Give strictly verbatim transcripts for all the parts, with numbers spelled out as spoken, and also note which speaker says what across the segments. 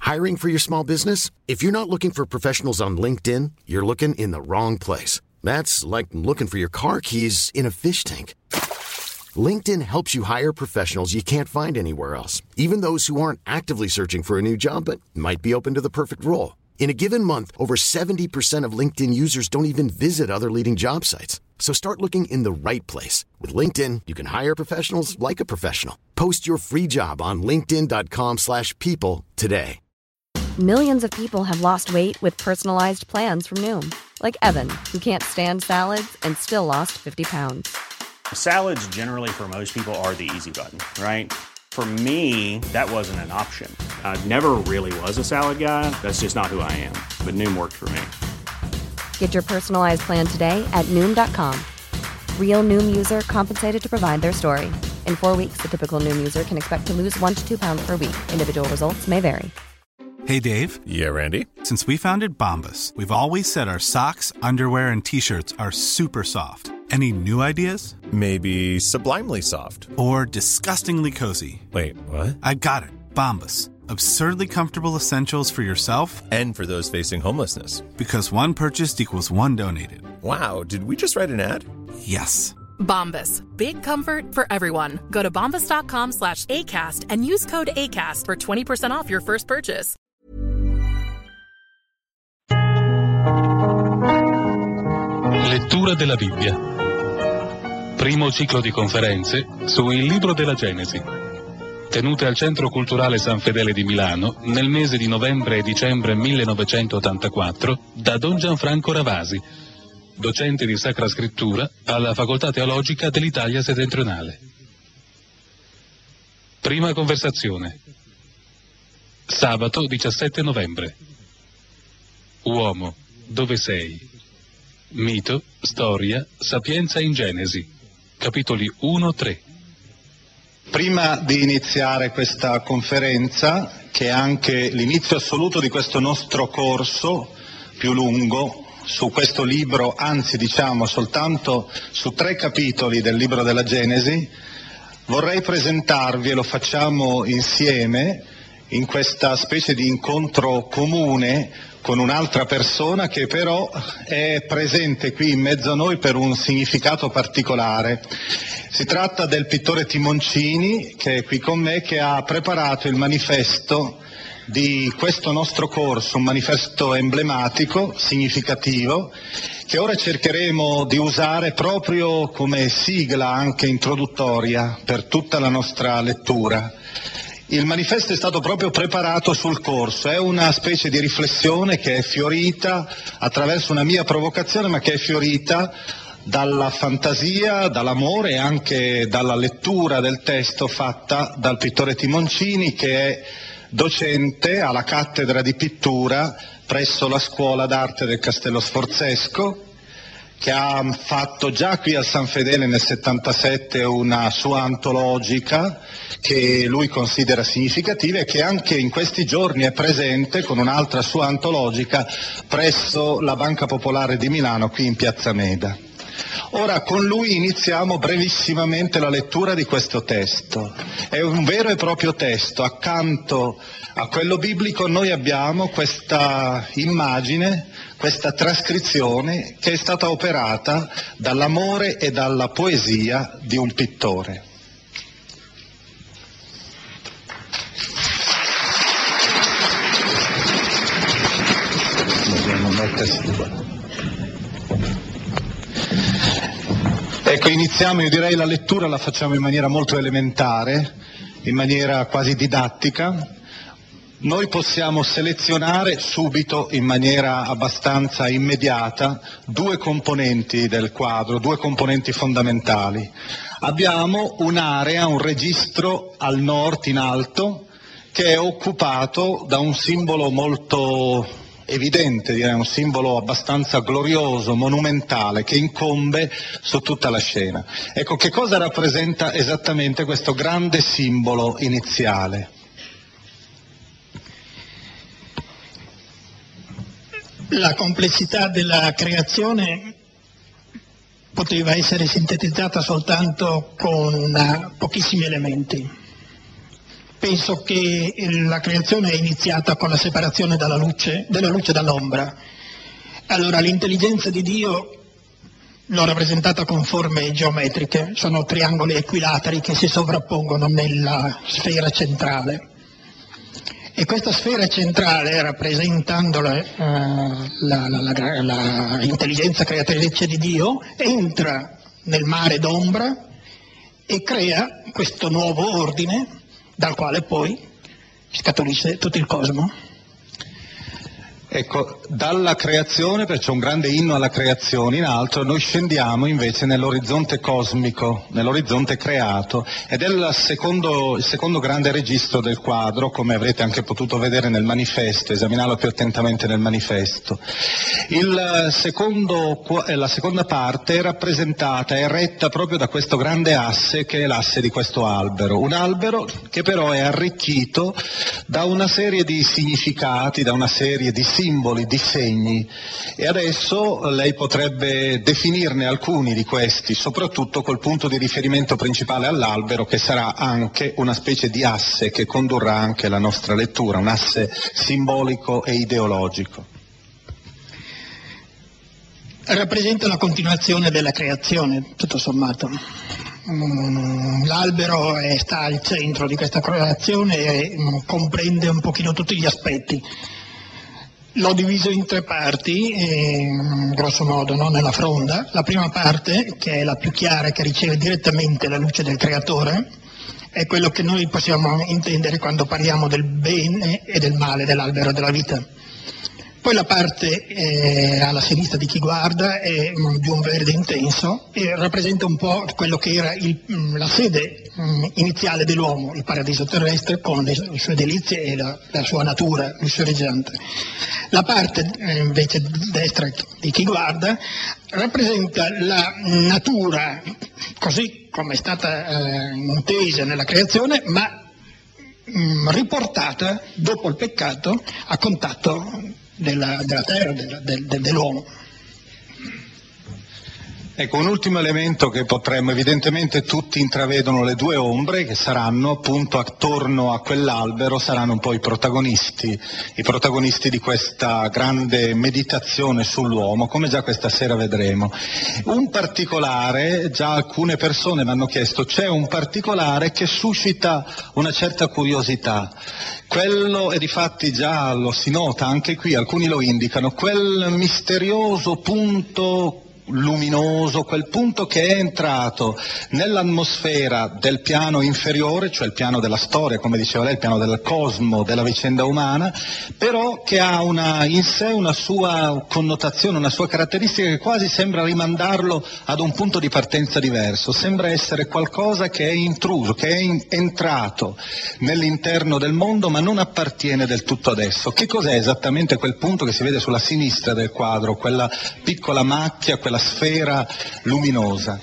Speaker 1: Hiring for your small business? If you're not looking for professionals on LinkedIn, you're looking in the wrong place. That's like looking for your car keys in a fish tank. LinkedIn helps you hire professionals you can't find anywhere else, even those who aren't actively searching for a new job but might be open to the perfect role. In a given month, over seventy percent of LinkedIn users don't even visit other leading job sites. So start looking in the right place. With LinkedIn, you can hire professionals like a professional. Post your free job on linkedin dot com slash people today.
Speaker 2: Millions of people have lost weight with personalized plans from Noom. Like Evan, who can't stand salads and still lost fifty pounds.
Speaker 3: Salads generally for most people are the easy button, right? For me, that wasn't an option. I never really was a salad guy. That's just not who I am. But Noom worked for me.
Speaker 2: Get your personalized plan today at Noom dot com. Real Noom user compensated to provide their story. In four weeks, the typical Noom user can expect to lose one to two pounds per week. Individual results may vary.
Speaker 4: Hey, Dave.
Speaker 5: Yeah, Randy.
Speaker 4: Since we founded Bombas, we've always said our socks, underwear, and T-shirts are super soft. Any new ideas?
Speaker 5: Maybe sublimely soft.
Speaker 4: Or disgustingly cozy.
Speaker 5: Wait, what?
Speaker 4: I got it. Bombas. Absurdly comfortable essentials for yourself
Speaker 5: and for those facing homelessness.
Speaker 4: Because one purchased equals one donated.
Speaker 5: Wow, did we just write an ad?
Speaker 4: Yes.
Speaker 6: Bombas. Big comfort for everyone. Go to bombas dot com slash ACAST and use code ACAST for twenty percent off your first purchase.
Speaker 7: Lettura della Bibbia. Primo ciclo di conferenze su Il Libro della Genesi, tenute al Centro Culturale San Fedele di Milano nel mese di novembre e dicembre millenovecentottantaquattro da Don Gianfranco Ravasi, docente di Sacra Scrittura alla Facoltà Teologica dell'Italia Settentrionale. Prima conversazione. Sabato diciassette novembre. Uomo, dove sei? Mito, storia, sapienza in Genesi. Capitoli uno tre.
Speaker 8: Prima di iniziare questa conferenza, che è anche l'inizio assoluto di questo nostro corso più lungo su questo libro, anzi diciamo soltanto su tre capitoli del libro della Genesi, vorrei presentarvi, e lo facciamo insieme, in questa specie di incontro comune con un'altra persona che però è presente qui in mezzo a noi per un significato particolare. Si tratta del pittore Timoncini, che è qui con me, che ha preparato il manifesto di questo nostro corso, un manifesto emblematico, significativo, che ora cercheremo di usare proprio come sigla anche introduttoria per tutta la nostra lettura. Il manifesto è stato proprio preparato sul corso, è una specie di riflessione che è fiorita attraverso una mia provocazione, ma che è fiorita dalla fantasia, dall'amore e anche dalla lettura del testo fatta dal pittore Timoncini, che è docente alla cattedra di pittura presso la scuola d'arte del Castello Sforzesco, che ha fatto già qui al San Fedele nel settantasette una sua antologica che lui considera significativa e che anche in questi giorni è presente con un'altra sua antologica presso la Banca Popolare di Milano qui in Piazza Meda. Ora con lui iniziamo brevissimamente la lettura di questo testo. È un vero e proprio testo, accanto a quello biblico noi abbiamo questa immagine, questa trascrizione che è stata operata dall'amore e dalla poesia di un pittore. Dobbiamo mettersi qua. Ecco, iniziamo, io direi la lettura la facciamo in maniera molto elementare, in maniera quasi didattica. Noi possiamo selezionare subito, in maniera abbastanza immediata, due componenti del quadro, due componenti fondamentali. Abbiamo un'area, un registro al nord in alto, che è occupato da un simbolo molto evidente, direi un simbolo abbastanza glorioso, monumentale, che incombe su tutta la scena. Ecco, che cosa rappresenta esattamente questo grande simbolo iniziale?
Speaker 9: La complessità della creazione poteva essere sintetizzata soltanto con una, pochissimi elementi. penso che la creazione è iniziata con la separazione dalla luce, della luce dall'ombra. Allora l'intelligenza di Dio l'ho rappresentata con forme geometriche, sono triangoli equilateri che si sovrappongono nella sfera centrale. E questa sfera centrale, rappresentando la, uh, la, la, la, la intelligenza creatrice di Dio, entra nel mare d'ombra e crea questo nuovo ordine dal quale poi scaturisce tutto il cosmo.
Speaker 8: Ecco, dalla creazione, perché c'è un grande inno alla creazione in alto, noi scendiamo invece nell'orizzonte cosmico, nell'orizzonte creato, ed è il secondo, il secondo grande registro del quadro, come avrete anche potuto vedere nel manifesto, esaminarlo più attentamente nel manifesto. Il secondo, la seconda parte è rappresentata, è retta proprio da questo grande asse che è l'asse di questo albero, un albero che però è arricchito da una serie di significati, da una serie di simboli, di segni, e adesso lei potrebbe definirne alcuni di questi, soprattutto col punto di riferimento principale all'albero, che sarà anche una specie di asse che condurrà anche la nostra lettura, un asse simbolico e ideologico.
Speaker 9: Rappresenta la continuazione della creazione, tutto sommato. L'albero è, sta al centro di questa creazione e comprende un pochino tutti gli aspetti. L'ho diviso in tre parti, eh, grosso modo, no? Nella fronda. La prima parte, che è la più chiara, che riceve direttamente la luce del creatore, è quello che noi possiamo intendere quando parliamo del bene e del male dell'albero della vita. Poi la parte eh, alla sinistra di chi guarda è mh, di un verde intenso e rappresenta un po' quello che era il, mh, la sede mh, iniziale dell'uomo, il paradiso terrestre con le, le sue delizie e la, la sua natura lussureggiante. La parte eh, invece destra di chi guarda rappresenta la natura così come è stata eh, intesa nella creazione, ma mh, riportata dopo il peccato a contatto Della, della terra, della, del, dell'uomo.
Speaker 8: Ecco, un ultimo elemento che potremmo, evidentemente tutti intravedono le due ombre che saranno appunto attorno a quell'albero, saranno un po' i protagonisti, i protagonisti di questa grande meditazione sull'uomo, come già questa sera vedremo. Un particolare, già alcune persone mi hanno chiesto, c'è un particolare che suscita una certa curiosità. Quello, e difatti già lo si nota anche qui, alcuni lo indicano, quel misterioso punto luminoso, quel punto che è entrato nell'atmosfera del piano inferiore, cioè il piano della storia, come diceva lei, il piano del cosmo, della vicenda umana, però che ha una, in sé una sua connotazione, una sua caratteristica che quasi sembra rimandarlo ad un punto di partenza diverso, sembra essere qualcosa che è intruso, che è in, entrato nell'interno del mondo ma non appartiene del tutto ad esso. Che cos'è esattamente quel punto che si vede sulla sinistra del quadro, quella piccola macchia, quella sfera luminosa?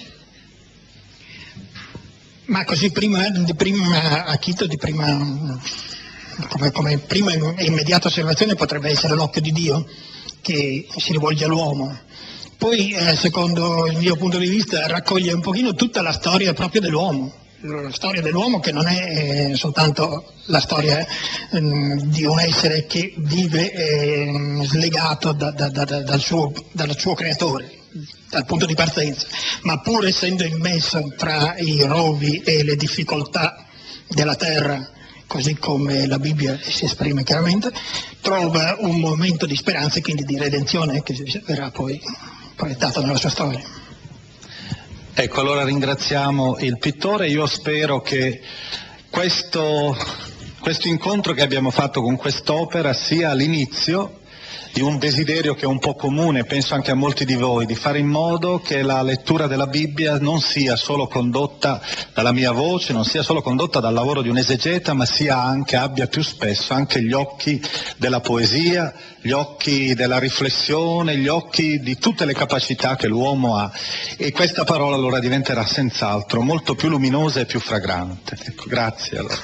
Speaker 9: Ma così prima, di prima acchito, di prima, come, come prima e immediata osservazione potrebbe essere l'occhio di Dio che si rivolge all'uomo. Poi, eh, secondo il mio punto di vista, raccoglie un pochino tutta la storia proprio dell'uomo, la storia dell'uomo che non è eh, soltanto la storia eh, di un essere che vive eh, slegato da, da, da, da, dal, suo, dal suo creatore, dal punto di partenza, ma pur essendo immesso tra i rovi e le difficoltà della terra, così come la Bibbia si esprime chiaramente, trova un momento di speranza e quindi di redenzione che verrà poi proiettato nella sua storia.
Speaker 8: Ecco, allora ringraziamo il pittore. Io spero che questo, questo incontro che abbiamo fatto con quest'opera sia l'inizio di un desiderio che è un po' comune, penso anche a molti di voi, di fare in modo che la lettura della Bibbia non sia solo condotta dalla mia voce, non sia solo condotta dal lavoro di un esegeta, ma sia anche, abbia più spesso anche gli occhi della poesia, gli occhi della riflessione, gli occhi di tutte le capacità che l'uomo ha. E questa parola allora diventerà senz'altro molto più luminosa e più fragrante. Ecco, grazie allora.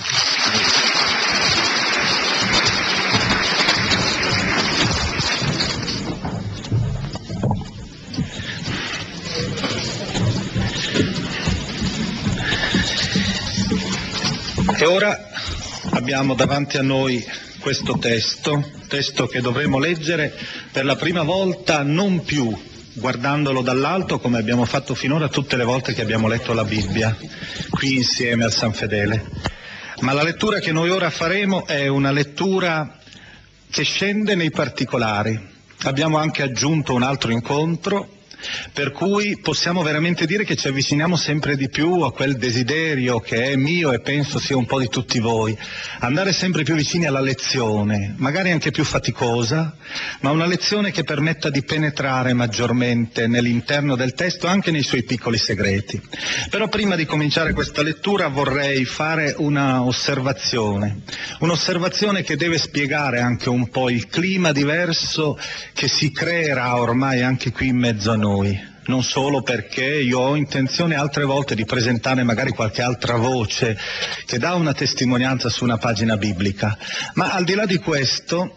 Speaker 8: E ora abbiamo davanti a noi questo testo, testo che dovremo leggere per la prima volta non più guardandolo dall'alto come abbiamo fatto finora tutte le volte che abbiamo letto la Bibbia, qui insieme al San Fedele. Ma la lettura che noi ora faremo è una lettura che scende nei particolari. Abbiamo anche aggiunto un altro incontro, per cui possiamo veramente dire che ci avviciniamo sempre di più a quel desiderio che è mio e penso sia un po' di tutti voi, andare sempre più vicini alla lezione, magari anche più faticosa, ma una lezione che permetta di penetrare maggiormente nell'interno del testo, anche nei suoi piccoli segreti. Però prima di cominciare questa lettura vorrei fare una osservazione, un'osservazione che deve spiegare anche un po' il clima diverso che si creerà ormai anche qui in mezzo a noi. Non solo perché io ho intenzione altre volte di presentare magari qualche altra voce che dà una testimonianza su una pagina biblica, ma al di là di questo,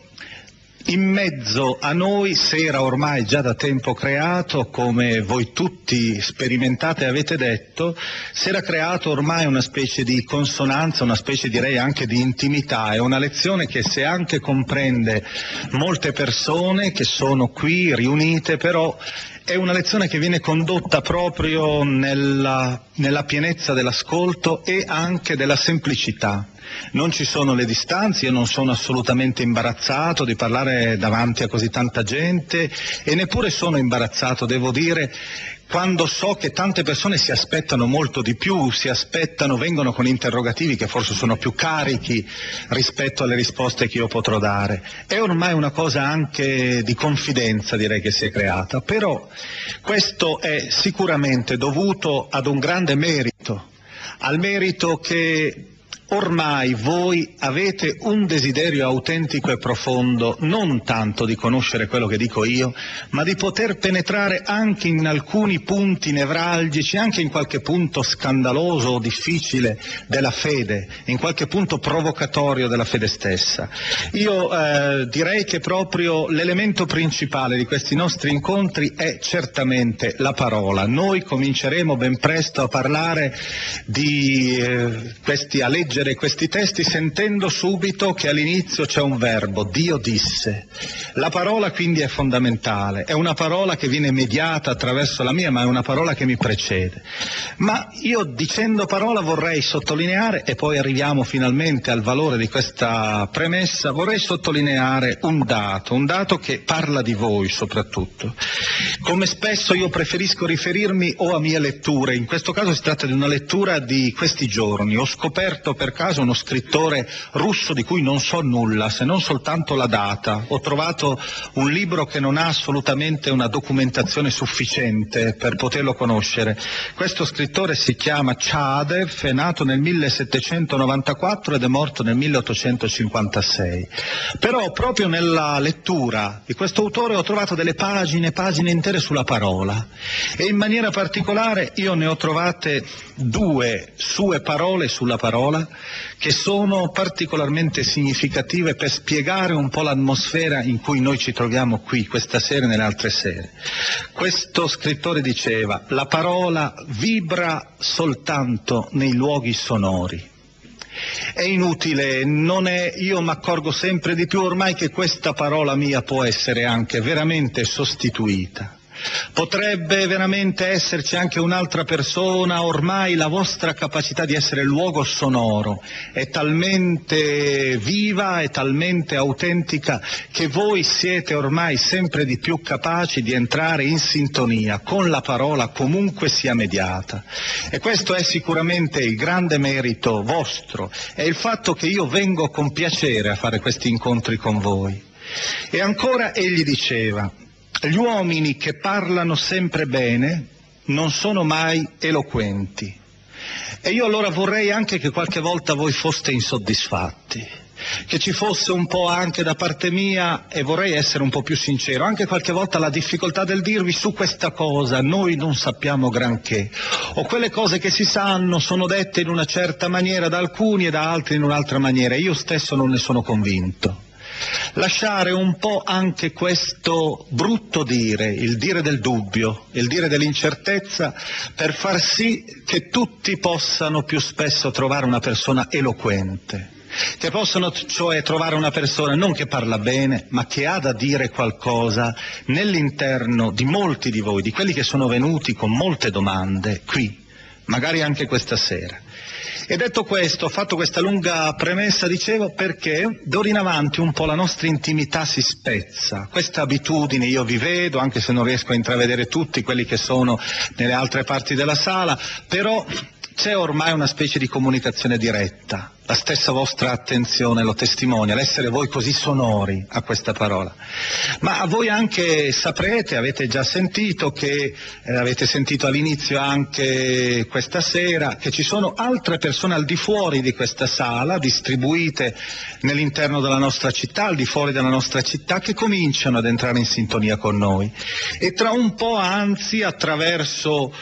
Speaker 8: in mezzo a noi si era ormai già da tempo creato, come voi tutti sperimentate e avete detto, si era creato ormai una specie di consonanza, una specie direi anche di intimità. È una lezione che se anche comprende molte persone che sono qui riunite, però è una lezione che viene condotta proprio nella, nella pienezza dell'ascolto e anche della semplicità. Non ci sono le distanze, io non sono assolutamente imbarazzato di parlare davanti a così tanta gente e neppure sono imbarazzato, devo dire, quando so che tante persone si aspettano molto di più, si aspettano, vengono con interrogativi che forse sono più carichi rispetto alle risposte che io potrò dare. È ormai una cosa anche di confidenza, direi, che si è creata, però questo è sicuramente dovuto ad un grande merito, al merito che ormai voi avete un desiderio autentico e profondo, non tanto di conoscere quello che dico io, ma di poter penetrare anche in alcuni punti nevralgici, anche in qualche punto scandaloso o difficile della fede, in qualche punto provocatorio della fede stessa. Io eh, direi che proprio l'elemento principale di questi nostri incontri è certamente la parola. Noi cominceremo ben presto a parlare di eh, questi, a leggere questi testi sentendo subito che all'inizio c'è un verbo, Dio disse. La parola quindi è fondamentale, è una parola che viene mediata attraverso la mia, ma è una parola che mi precede. Ma io dicendo parola vorrei sottolineare, e poi arriviamo finalmente al valore di questa premessa, vorrei sottolineare un dato, un dato che parla di voi soprattutto. Come spesso io preferisco riferirmi o a mie letture, in questo caso si tratta di una lettura di questi giorni. Ho scoperto per caso uno scrittore russo di cui non so nulla, se non soltanto la data. Ho trovato un libro che non ha assolutamente una documentazione sufficiente per poterlo conoscere. Questo scrittore si chiama Chadev, è nato nel millesettecentonovantaquattro ed è morto nel milleottocentocinquantasei. Però proprio nella lettura di questo autore ho trovato delle pagine, pagine intere sulla parola, e in maniera particolare io ne ho trovate due sue parole sulla parola che sono particolarmente significative per spiegare un po' l'atmosfera in cui noi ci troviamo qui questa sera e nelle altre sere. Questo scrittore diceva: la parola vibra soltanto nei luoghi sonori. È inutile, non è, io mi accorgo sempre di più ormai che questa parola mia può essere anche veramente sostituita. Potrebbe veramente esserci anche un'altra persona, ormai la vostra capacità di essere luogo sonoro è talmente viva, è talmente autentica che voi siete ormai sempre di più capaci di entrare in sintonia con la parola comunque sia mediata. E questo è sicuramente il grande merito vostro, è il fatto che io vengo con piacere a fare questi incontri con voi. E ancora egli diceva: gli uomini che parlano sempre bene non sono mai eloquenti. E io allora vorrei anche che qualche volta voi foste insoddisfatti, che ci fosse un po' anche da parte mia, e vorrei essere un po' più sincero, anche qualche volta la difficoltà del dirvi: su questa cosa noi non sappiamo granché, o quelle cose che si sanno sono dette in una certa maniera da alcuni e da altri in un'altra maniera, io stesso non ne sono convinto. Lasciare un po' anche questo brutto dire, il dire del dubbio, il dire dell'incertezza, per far sì che tutti possano più spesso trovare una persona eloquente. che possono cioè trovare una persona non che parla bene, ma che ha da dire qualcosa nell'interno di molti di voi, di quelli che sono venuti con molte domande qui, magari anche questa sera. E detto questo, ho fatto questa lunga premessa, dicevo, perché d'ora in avanti un po' la nostra intimità si spezza. Questa abitudine io vi vedo, anche se non riesco a intravedere tutti quelli che sono nelle altre parti della sala, però c'è ormai una specie di comunicazione diretta. La stessa vostra attenzione lo testimonia, l'essere voi così sonori a questa parola. Ma voi anche saprete, avete già sentito, che eh, avete sentito all'inizio anche questa sera, che ci sono altre persone al di fuori di questa sala, distribuite nell'interno della nostra città, al di fuori della nostra città, che cominciano ad entrare in sintonia con noi. E tra un po', anzi, attraverso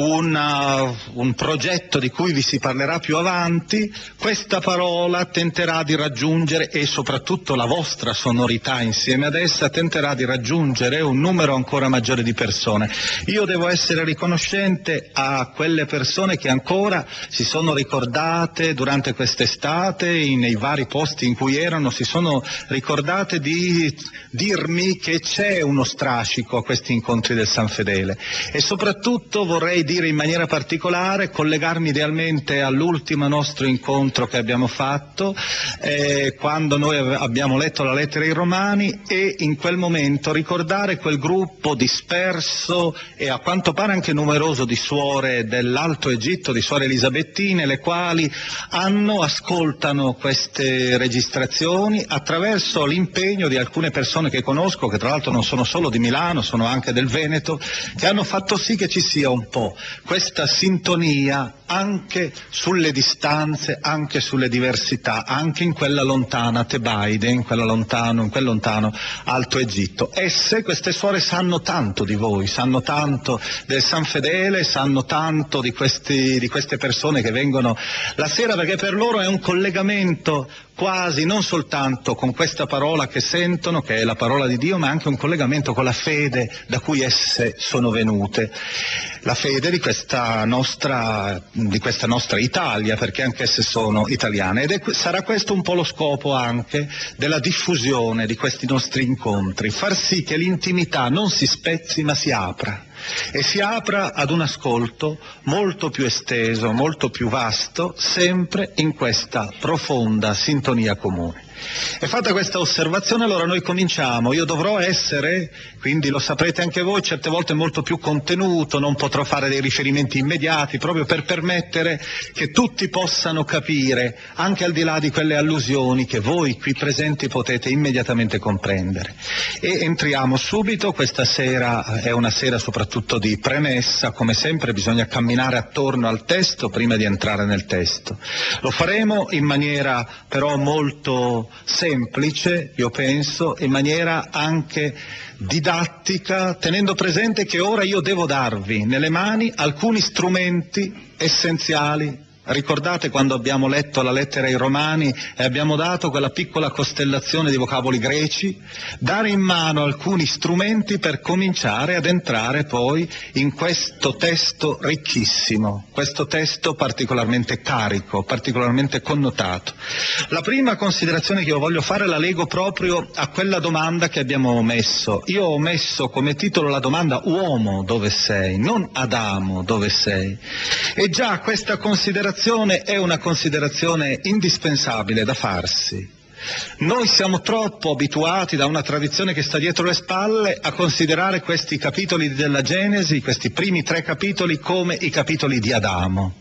Speaker 8: Una, un progetto di cui vi si parlerà più avanti, questa parola tenterà di raggiungere, e soprattutto la vostra sonorità insieme ad essa tenterà di raggiungere un numero ancora maggiore di persone. Io devo essere riconoscente a quelle persone che ancora si sono ricordate durante quest'estate, nei vari posti in cui erano, si sono ricordate di dirmi che c'è uno strascico a questi incontri del San Fedele, e soprattutto vorrei dire in maniera particolare, collegarmi idealmente all'ultimo nostro incontro che abbiamo fatto, eh, quando noi abbiamo letto la lettera ai Romani, e in quel momento ricordare quel gruppo disperso e a quanto pare anche numeroso di suore dell'Alto Egitto, di suore elisabettine, le quali hanno, ascoltano queste registrazioni attraverso l'impegno di alcune persone che conosco, che tra l'altro non sono solo di Milano, sono anche del Veneto, che hanno fatto sì che ci sia un po' questa sintonia anche sulle distanze, anche sulle diversità, anche in quella lontana Tebaide, in quella lontano, in quel lontano Alto Egitto. Esse, queste suore, sanno tanto di voi, sanno tanto del San Fedele, sanno tanto di, questi, di queste persone che vengono la sera, perché per loro è un collegamento quasi non soltanto con questa parola che sentono, che è la parola di Dio, ma anche un collegamento con la fede da cui esse sono venute, la fede di questa nostra, di questa nostra Italia, perché anche esse sono italiane. Ed è, sarà questo un po' lo scopo anche della diffusione di questi nostri incontri, far sì che l'intimità non si spezzi ma si apra, e si apra ad un ascolto molto più esteso, molto più vasto, sempre in questa profonda sintonia comune. E fatta questa osservazione, allora noi cominciamo. Io dovrò essere, quindi lo saprete anche voi, certe volte molto più contenuto, non potrò fare dei riferimenti immediati, proprio per permettere che tutti possano capire, anche al di là di quelle allusioni che voi qui presenti potete immediatamente comprendere. E entriamo subito. Questa sera è una sera soprattutto di premessa, come sempre bisogna camminare attorno al testo prima di entrare nel testo. Lo faremo in maniera però molto semplice, io penso, in maniera anche didattica, tenendo presente che ora io devo darvi nelle mani alcuni strumenti essenziali. Ricordate quando abbiamo letto la lettera ai Romani e abbiamo dato quella piccola costellazione di vocaboli greci? Dare in mano alcuni strumenti per cominciare ad entrare poi in questo testo ricchissimo, questo testo particolarmente carico, particolarmente connotato. La prima considerazione che io voglio fare la lego proprio a quella domanda che abbiamo messo. Io ho messo come titolo la domanda uomo dove sei, non Adamo dove sei. E già questa considerazione è una considerazione indispensabile da farsi. Noi siamo troppo abituati da una tradizione che sta dietro le spalle a considerare questi capitoli della Genesi, questi primi tre capitoli, come i capitoli di Adamo.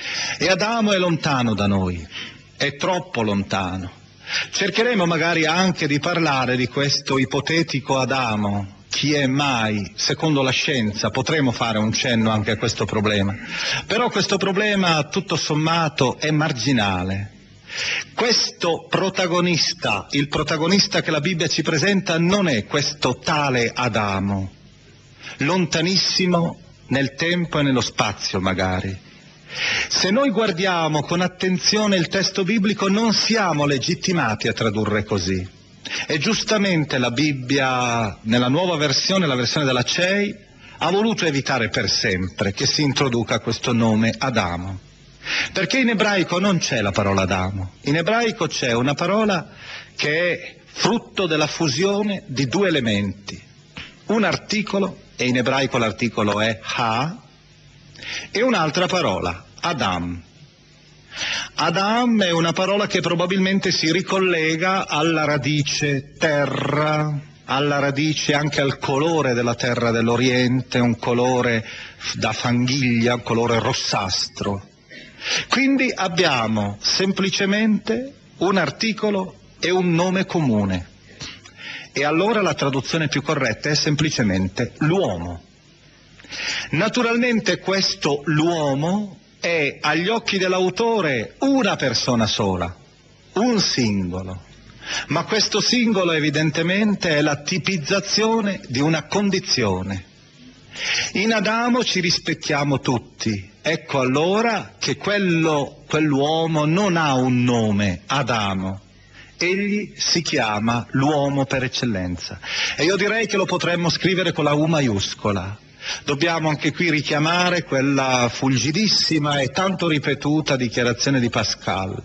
Speaker 8: E Adamo è lontano da noi, è troppo lontano. Cercheremo magari anche di parlare di questo ipotetico Adamo. Chi è mai? Secondo la scienza potremo fare un cenno anche a questo problema, però questo problema tutto sommato è marginale. Questo protagonista, il protagonista che la Bibbia ci presenta, non è questo tale Adamo, lontanissimo nel tempo e nello spazio magari. Se noi guardiamo con attenzione il testo biblico non siamo legittimati a tradurre così. E giustamente la Bibbia, nella nuova versione, la versione della C E I, ha voluto evitare per sempre che si introduca questo nome Adamo. Perché in ebraico non c'è la parola Adamo, in ebraico c'è una parola che è frutto della fusione di due elementi, un articolo, e in ebraico l'articolo è ha, e un'altra parola, Adam. Adam è una parola che probabilmente si ricollega alla radice terra, alla radice anche al colore della terra dell'Oriente, un colore da fanghiglia, un colore rossastro. Quindi abbiamo semplicemente un articolo e un nome comune. E allora la traduzione più corretta è semplicemente l'uomo. Naturalmente questo l'uomo è agli occhi dell'autore una persona sola, un singolo, ma questo singolo evidentemente è la tipizzazione di una condizione. In Adamo ci rispecchiamo tutti, ecco allora che quello, quell'uomo non ha un nome, Adamo, egli si chiama l'uomo per eccellenza e io direi che lo potremmo scrivere con la U maiuscola. Dobbiamo anche qui richiamare quella fulgidissima e tanto ripetuta dichiarazione di Pascal.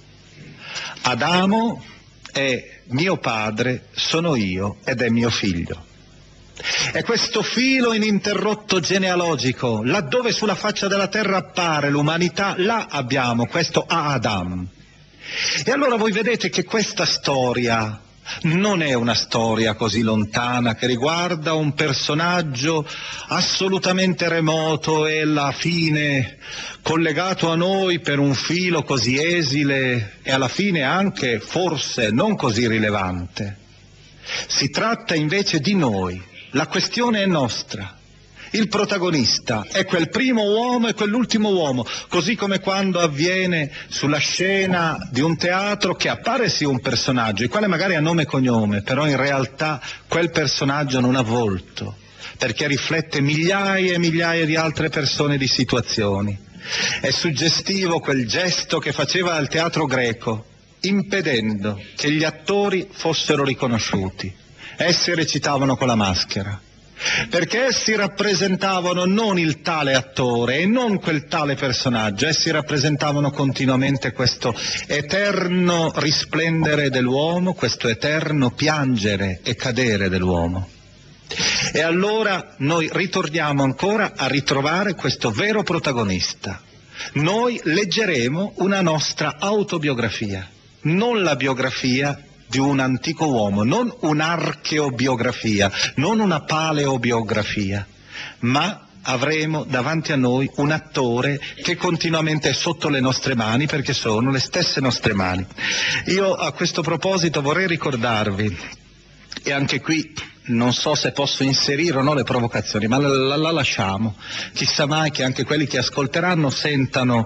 Speaker 8: Adamo è mio padre, sono io ed è mio figlio. È questo filo ininterrotto genealogico, laddove sulla faccia della terra appare l'umanità, là abbiamo questo Adam. E allora voi vedete che questa storia non è una storia così lontana che riguarda un personaggio assolutamente remoto e alla fine collegato a noi per un filo così esile e alla fine anche forse non così rilevante. Si tratta invece di noi, la questione è nostra. Il protagonista è quel primo uomo e quell'ultimo uomo, così come quando avviene sulla scena di un teatro che appare sì un personaggio, il quale magari ha nome e cognome, però in realtà quel personaggio non ha volto, perché riflette migliaia e migliaia di altre persone e di situazioni. È suggestivo quel gesto che faceva al teatro greco, impedendo che gli attori fossero riconosciuti. Essi recitavano con la maschera. Perché essi rappresentavano non il tale attore e non quel tale personaggio, essi rappresentavano continuamente questo eterno risplendere dell'uomo, questo eterno piangere e cadere dell'uomo. E allora noi ritorniamo ancora a ritrovare questo vero protagonista. Noi leggeremo una nostra autobiografia, non la biografia di un antico uomo, non un'archeobiografia, non una paleobiografia, ma avremo davanti a noi un attore che continuamente è sotto le nostre mani perché sono le stesse nostre mani. Io a questo proposito vorrei ricordarvi, e anche qui non so se posso inserire o no le provocazioni, ma la, la, la lasciamo. Chissà mai che anche quelli che ascolteranno sentano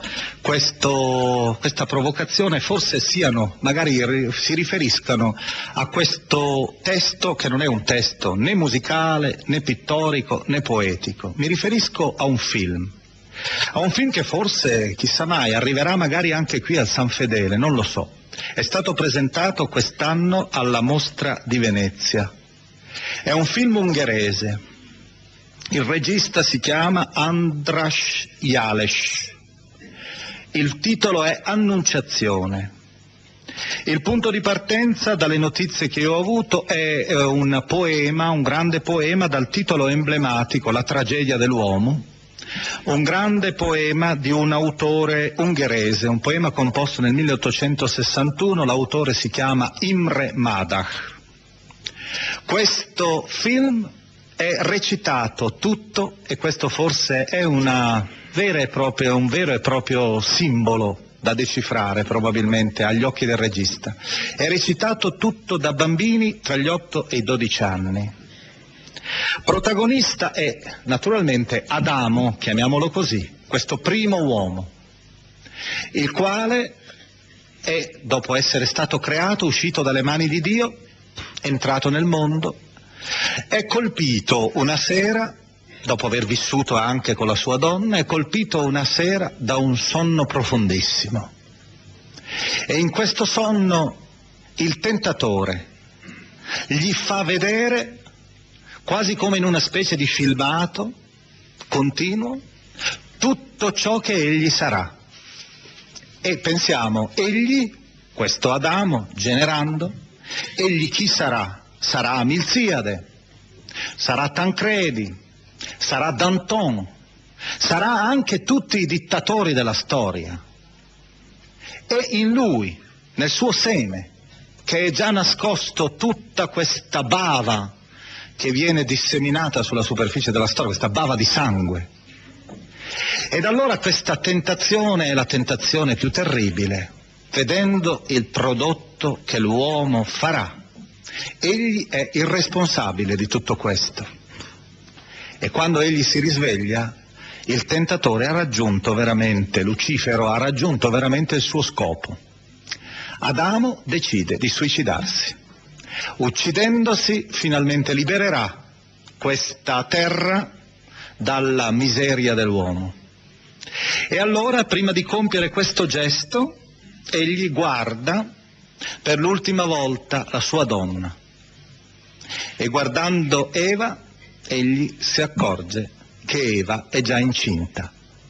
Speaker 8: questo, questa provocazione, forse siano, magari si riferiscano a questo testo che non è un testo né musicale, né pittorico, né poetico. Mi riferisco a un film. A un film che forse, chissà mai, arriverà magari anche qui al San Fedele, non lo so. È stato presentato quest'anno alla Mostra di Venezia. È un film ungherese, il regista si chiama András Jeles, il titolo è Annunciazione. Il punto di partenza, dalle notizie che ho avuto, è eh, un poema, un grande poema dal titolo emblematico La tragedia dell'uomo, un grande poema di un autore ungherese, un poema composto nel milleottocentosessantuno, l'autore si chiama Imre Madach. Questo film è recitato tutto, e questo forse è una vera e propria, un vero e proprio simbolo da decifrare probabilmente agli occhi del regista. È recitato tutto da bambini tra gli otto e i dodici anni. Protagonista è naturalmente Adamo, chiamiamolo così, questo primo uomo, il quale è, dopo essere stato creato, uscito dalle mani di Dio, entrato nel mondo, è colpito una sera, dopo aver vissuto anche con la sua donna, è colpito una sera da un sonno profondissimo. E in questo sonno il tentatore gli fa vedere, quasi come in una specie di filmato continuo, tutto ciò che egli sarà. E pensiamo, egli, questo Adamo, generando, egli chi sarà? Sarà Milziade, sarà Tancredi, sarà Danton, sarà anche tutti i dittatori della storia. E in lui, nel suo seme, che è già nascosto tutta questa bava che viene disseminata sulla superficie della storia, questa bava di sangue. Ed allora questa tentazione è la tentazione più terribile, vedendo il prodotto che l'uomo farà. Egli è il responsabile di tutto questo. E quando egli si risveglia, il tentatore ha raggiunto veramente, Lucifero ha raggiunto veramente il suo scopo. Adamo decide di suicidarsi. Uccidendosi finalmente libererà questa terra dalla miseria dell'uomo. E allora, prima di compiere questo gesto, egli guarda per l'ultima volta la sua donna. E guardando Eva, egli si accorge che Eva è già incinta.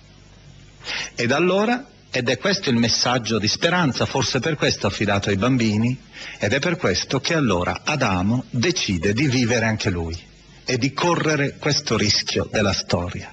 Speaker 8: Ed allora, ed è questo il messaggio di speranza, forse per questo affidato ai bambini, ed è per questo che allora Adamo decide di vivere anche lui e di correre questo rischio della storia.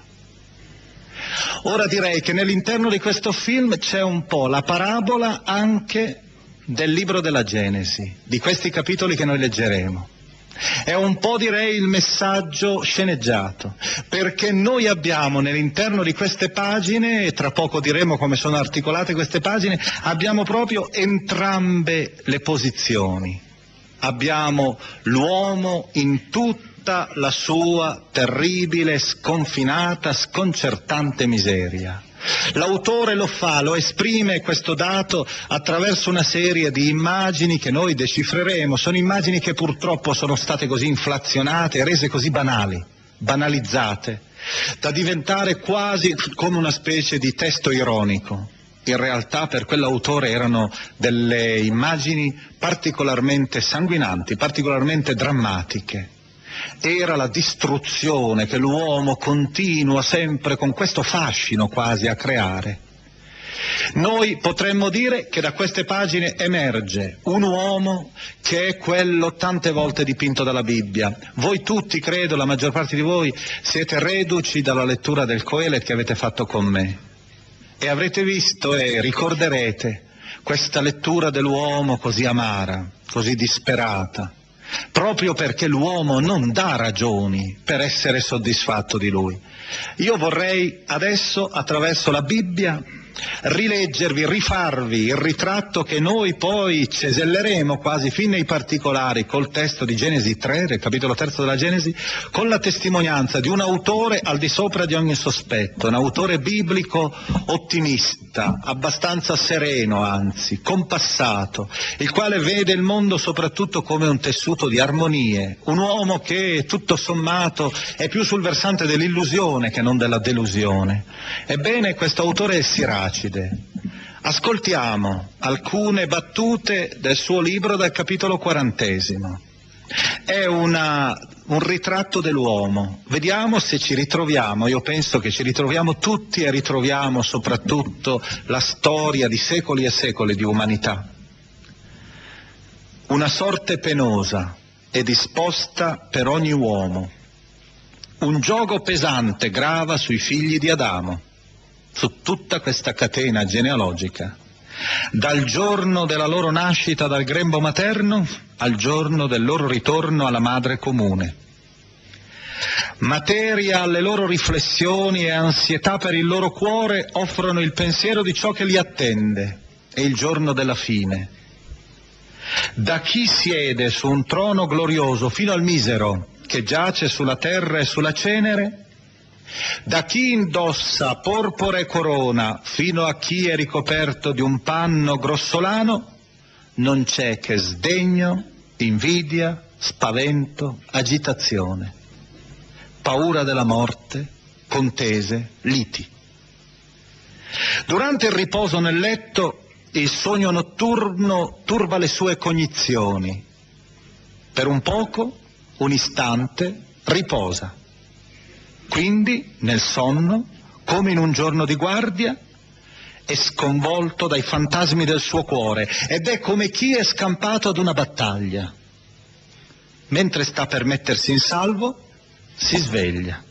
Speaker 8: Ora direi che nell'interno di questo film c'è un po' la parabola anche del libro della Genesi, di questi capitoli che noi leggeremo. È un po', direi, il messaggio sceneggiato, perché noi abbiamo nell'interno di queste pagine, e tra poco diremo come sono articolate queste pagine, abbiamo proprio entrambe le posizioni. Abbiamo l'uomo in tutta la sua terribile, sconfinata, sconcertante miseria. L'autore lo fa, lo esprime questo dato attraverso una serie di immagini che noi decifreremo. Sono immagini che purtroppo sono state così inflazionate e rese così banali, banalizzate, da diventare quasi come una specie di testo ironico. In realtà per quell'autore erano delle immagini particolarmente sanguinanti, particolarmente drammatiche. Era la distruzione che l'uomo continua sempre con questo fascino quasi a creare. Noi potremmo dire che da queste pagine emerge un uomo che è quello tante volte dipinto dalla Bibbia. Voi tutti, credo, la maggior parte di voi, siete reduci dalla lettura del Coelet che avete fatto con me. E avrete visto e ricorderete questa lettura dell'uomo così amara, così disperata, proprio perché l'uomo non dà ragioni per essere soddisfatto di lui. Io vorrei adesso, attraverso la Bibbia, rileggervi, rifarvi il ritratto che noi poi ceselleremo quasi fin nei particolari col testo di Genesi tre, del capitolo terzo della Genesi, con la testimonianza di un autore al di sopra di ogni sospetto, un autore biblico ottimista, abbastanza sereno anzi, compassato, il quale vede il mondo soprattutto come un tessuto di armonie, un uomo che tutto sommato è più sul versante dell'illusione che non della delusione. Ebbene, questo autore è Siracide. Ascoltiamo alcune battute del suo libro dal capitolo quarantesimo. È una, un ritratto dell'uomo. Vediamo se ci ritroviamo. Io penso che ci ritroviamo tutti e ritroviamo soprattutto la storia di secoli e secoli di umanità. Una sorte penosa è disposta per ogni uomo. Un giogo pesante grava sui figli di Adamo, su tutta questa catena genealogica, dal giorno della loro nascita dal grembo materno al giorno del loro ritorno alla madre comune. Materia alle loro riflessioni e ansietà per il loro cuore offrono il pensiero di ciò che li attende e il giorno della fine. Da chi siede su un trono glorioso fino al misero che giace sulla terra e sulla cenere, da chi indossa porpora e corona fino a chi è ricoperto di un panno grossolano, non c'è che sdegno, invidia, spavento, agitazione, paura della morte, contese, liti. Durante il riposo nel letto, il sogno notturno turba le sue cognizioni. Per un poco, un istante, riposa. Quindi, nel sonno, come in un giorno di guardia, è sconvolto dai fantasmi del suo cuore ed è come chi è scampato ad una battaglia. Mentre sta per mettersi in salvo, si sveglia,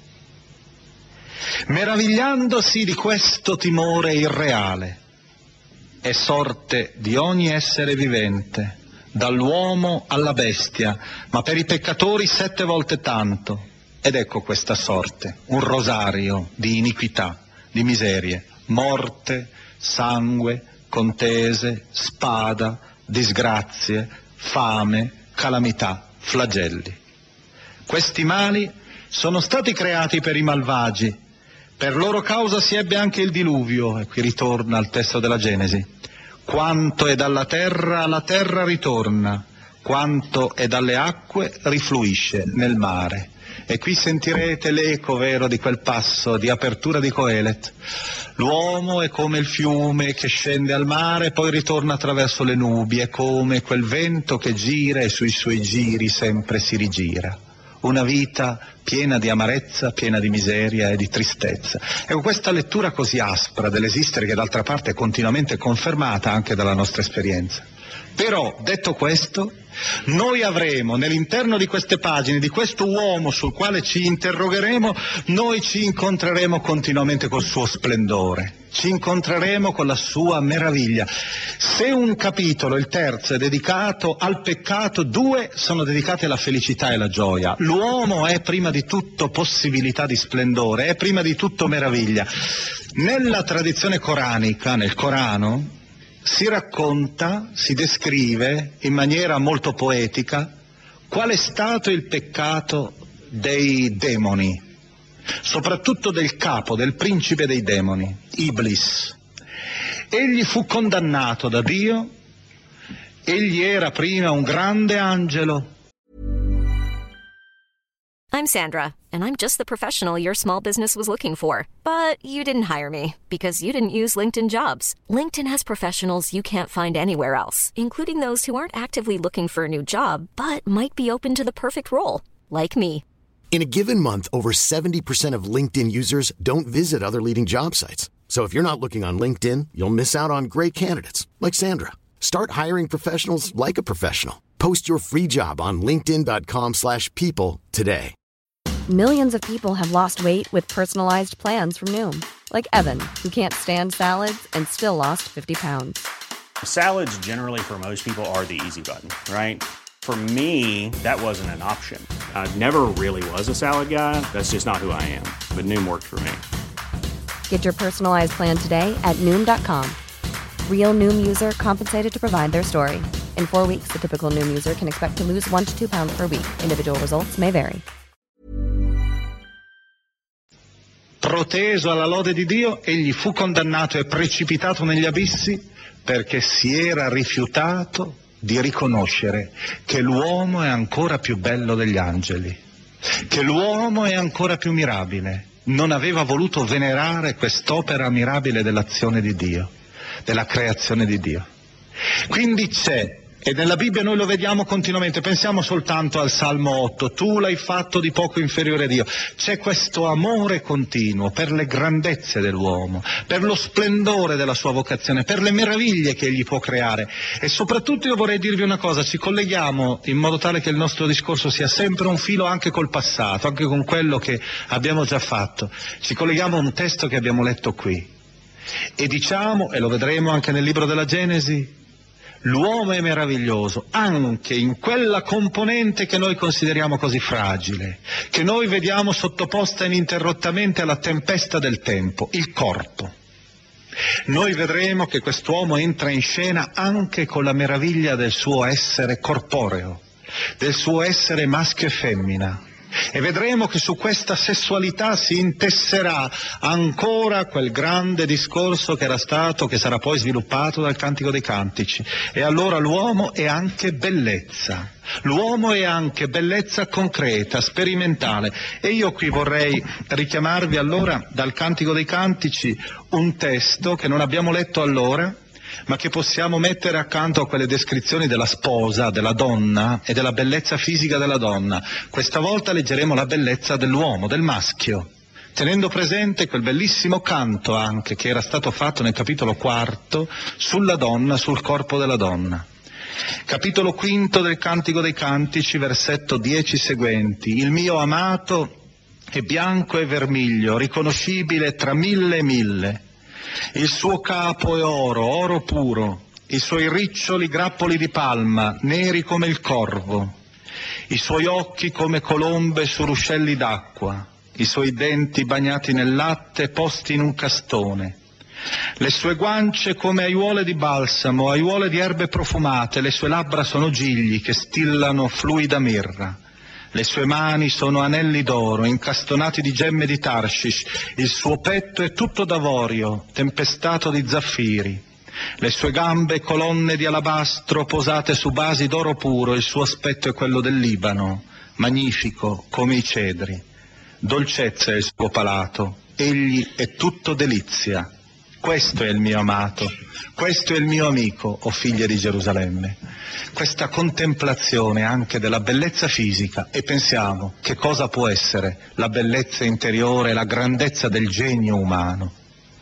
Speaker 8: meravigliandosi di questo timore irreale. È sorte di ogni essere vivente, dall'uomo alla bestia, ma per i peccatori sette volte tanto. Ed ecco questa sorte, un rosario di iniquità, di miserie, morte, sangue, contese, spada, disgrazie, fame, calamità, flagelli. Questi mali sono stati creati per i malvagi, per loro causa si ebbe anche il diluvio, e qui ritorna al testo della Genesi. Quanto è dalla terra, la terra ritorna, quanto è dalle acque rifluisce nel mare. E qui sentirete l'eco vero di quel passo di apertura di Coelet. L'uomo è come il fiume che scende al mare e poi ritorna attraverso le nubi, è come quel vento che gira e sui suoi giri sempre si rigira. Una vita piena di amarezza, piena di miseria e di tristezza. Ecco, questa lettura così aspra dell'esistere, che d'altra parte è continuamente confermata anche dalla nostra esperienza. Però, detto questo, noi avremo nell'interno di queste pagine, di questo uomo sul quale ci interrogheremo, noi ci incontreremo continuamente col suo splendore, ci incontreremo con la sua meraviglia. Se un capitolo, il terzo, è dedicato al peccato, due sono dedicati alla felicità e alla gioia. L'uomo è prima di tutto possibilità di splendore, è prima di tutto meraviglia. Nella tradizione coranica, nel Corano, si racconta, si descrive in maniera molto poetica qual è stato il peccato dei demoni, soprattutto del capo, del principe dei demoni, Iblis. Egli fu condannato da Dio, egli era prima un grande angelo.
Speaker 10: I'm Sandra, and I'm just the professional your small business was looking for. But you didn't hire me because you didn't use LinkedIn Jobs. LinkedIn has professionals you can't find anywhere else, including those who aren't actively looking for a new job, but might be open to the perfect role, like me.
Speaker 1: In a given month, over seventy percent of LinkedIn users don't visit other leading job sites. So if you're not looking on LinkedIn, you'll miss out on great candidates like Sandra. Start hiring professionals like a professional. Post your free job on linkedin dot com slash people today.
Speaker 2: Millions of people have lost weight with personalized plans from Noom, like Evan, who can't stand salads and still lost fifty pounds.
Speaker 3: Salads generally for most people are the easy button, right? For me, that wasn't an option. I never really was a salad guy. That's just not who I am. But Noom worked for me.
Speaker 2: Get your personalized plan today at Noom dot com. Real Noom user compensated to provide their story. In four weeks, the typical Noom user can expect to lose one to two pounds per week. Individual results may vary.
Speaker 8: Proteso alla lode di Dio, egli fu condannato e precipitato negli abissi perché si era rifiutato di riconoscere che l'uomo è ancora più bello degli angeli, che l'uomo è ancora più mirabile. Non aveva voluto venerare quest'opera mirabile dell'azione di Dio, della creazione di Dio. Quindi c'è, e nella Bibbia noi lo vediamo continuamente, pensiamo soltanto al Salmo otto, tu l'hai fatto di poco inferiore a Dio. C'è questo amore continuo per le grandezze dell'uomo, per lo splendore della sua vocazione, per le meraviglie che egli può creare. E soprattutto io vorrei dirvi una cosa, ci colleghiamo in modo tale che il nostro discorso sia sempre un filo anche col passato, anche con quello che abbiamo già fatto. Ci colleghiamo a un testo che abbiamo letto qui e diciamo, e lo vedremo anche nel libro della Genesi, l'uomo è meraviglioso anche in quella componente che noi consideriamo così fragile, che noi vediamo sottoposta ininterrottamente alla tempesta del tempo, il corpo. Noi vedremo che quest'uomo entra in scena anche con la meraviglia del suo essere corporeo, del suo essere maschio e femmina. E vedremo che su questa sessualità si intesserà ancora quel grande discorso che era stato, che sarà poi sviluppato dal Cantico dei Cantici. E allora l'uomo è anche bellezza, l'uomo è anche bellezza concreta, sperimentale. E io qui vorrei richiamarvi allora dal Cantico dei Cantici un testo che non abbiamo letto allora, ma che possiamo mettere accanto a quelle descrizioni della sposa, della donna e della bellezza fisica della donna. Questa volta leggeremo la bellezza dell'uomo, del maschio, tenendo presente quel bellissimo canto anche che era stato fatto nel capitolo quarto sulla donna, sul corpo della donna. Capitolo quinto del Cantico dei Cantici, versetto dieci seguenti: il mio amato è bianco e vermiglio, riconoscibile tra mille e mille. Il suo capo è oro, oro puro, i suoi riccioli grappoli di palma, neri come il corvo, i suoi occhi come colombe su ruscelli d'acqua, i suoi denti bagnati nel latte posti in un castone, le sue guance come aiuole di balsamo, aiuole di erbe profumate, le sue labbra sono gigli che stillano fluida mirra. Le sue mani sono anelli d'oro, incastonati di gemme di Tarshish, il suo petto è tutto d'avorio, tempestato di zaffiri. Le sue gambe colonne di alabastro posate su basi d'oro puro, il suo aspetto è quello del Libano, magnifico come i cedri. Dolcezza è il suo palato, egli è tutto delizia. Questo è il mio amato, questo è il mio amico, o figlie di Gerusalemme. Questa contemplazione anche della bellezza fisica, e pensiamo che cosa può essere la bellezza interiore, la grandezza del genio umano.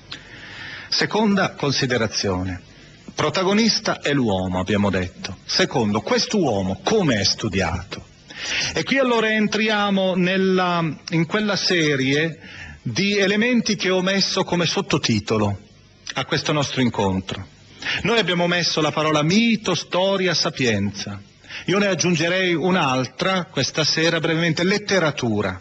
Speaker 8: Seconda considerazione, protagonista è l'uomo, abbiamo detto. Secondo, quest'uomo come è studiato? E qui allora entriamo nella, in quella serie di elementi che ho messo come sottotitolo a questo nostro incontro. Noi abbiamo messo la parola mito, storia, sapienza. Io ne aggiungerei un'altra questa sera brevemente: letteratura,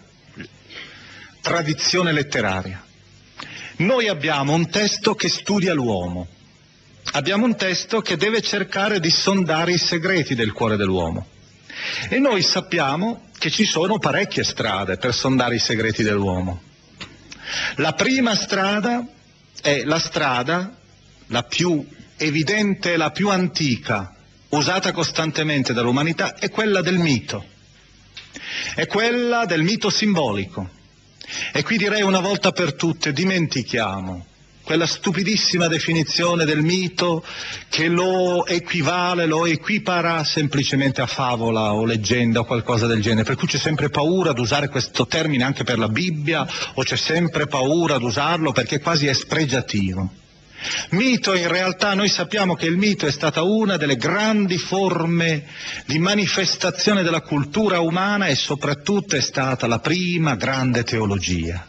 Speaker 8: tradizione letteraria. Noi abbiamo un testo che studia l'uomo, abbiamo un testo che deve cercare di sondare i segreti del cuore dell'uomo, e noi sappiamo che ci sono parecchie strade per sondare i segreti dell'uomo. La prima strada è la strada, la più evidente e la più antica, usata costantemente dall'umanità, è quella del mito, è quella del mito simbolico. E qui direi una volta per tutte, dimentichiamo quella stupidissima definizione del mito che lo equivale, lo equipara semplicemente a favola o leggenda o qualcosa del genere, per cui c'è sempre paura ad usare questo termine anche per la Bibbia, o c'è sempre paura ad usarlo perché quasi è spregiativo. Mito, in realtà noi sappiamo che il mito è stata una delle grandi forme di manifestazione della cultura umana e soprattutto è stata la prima grande teologia.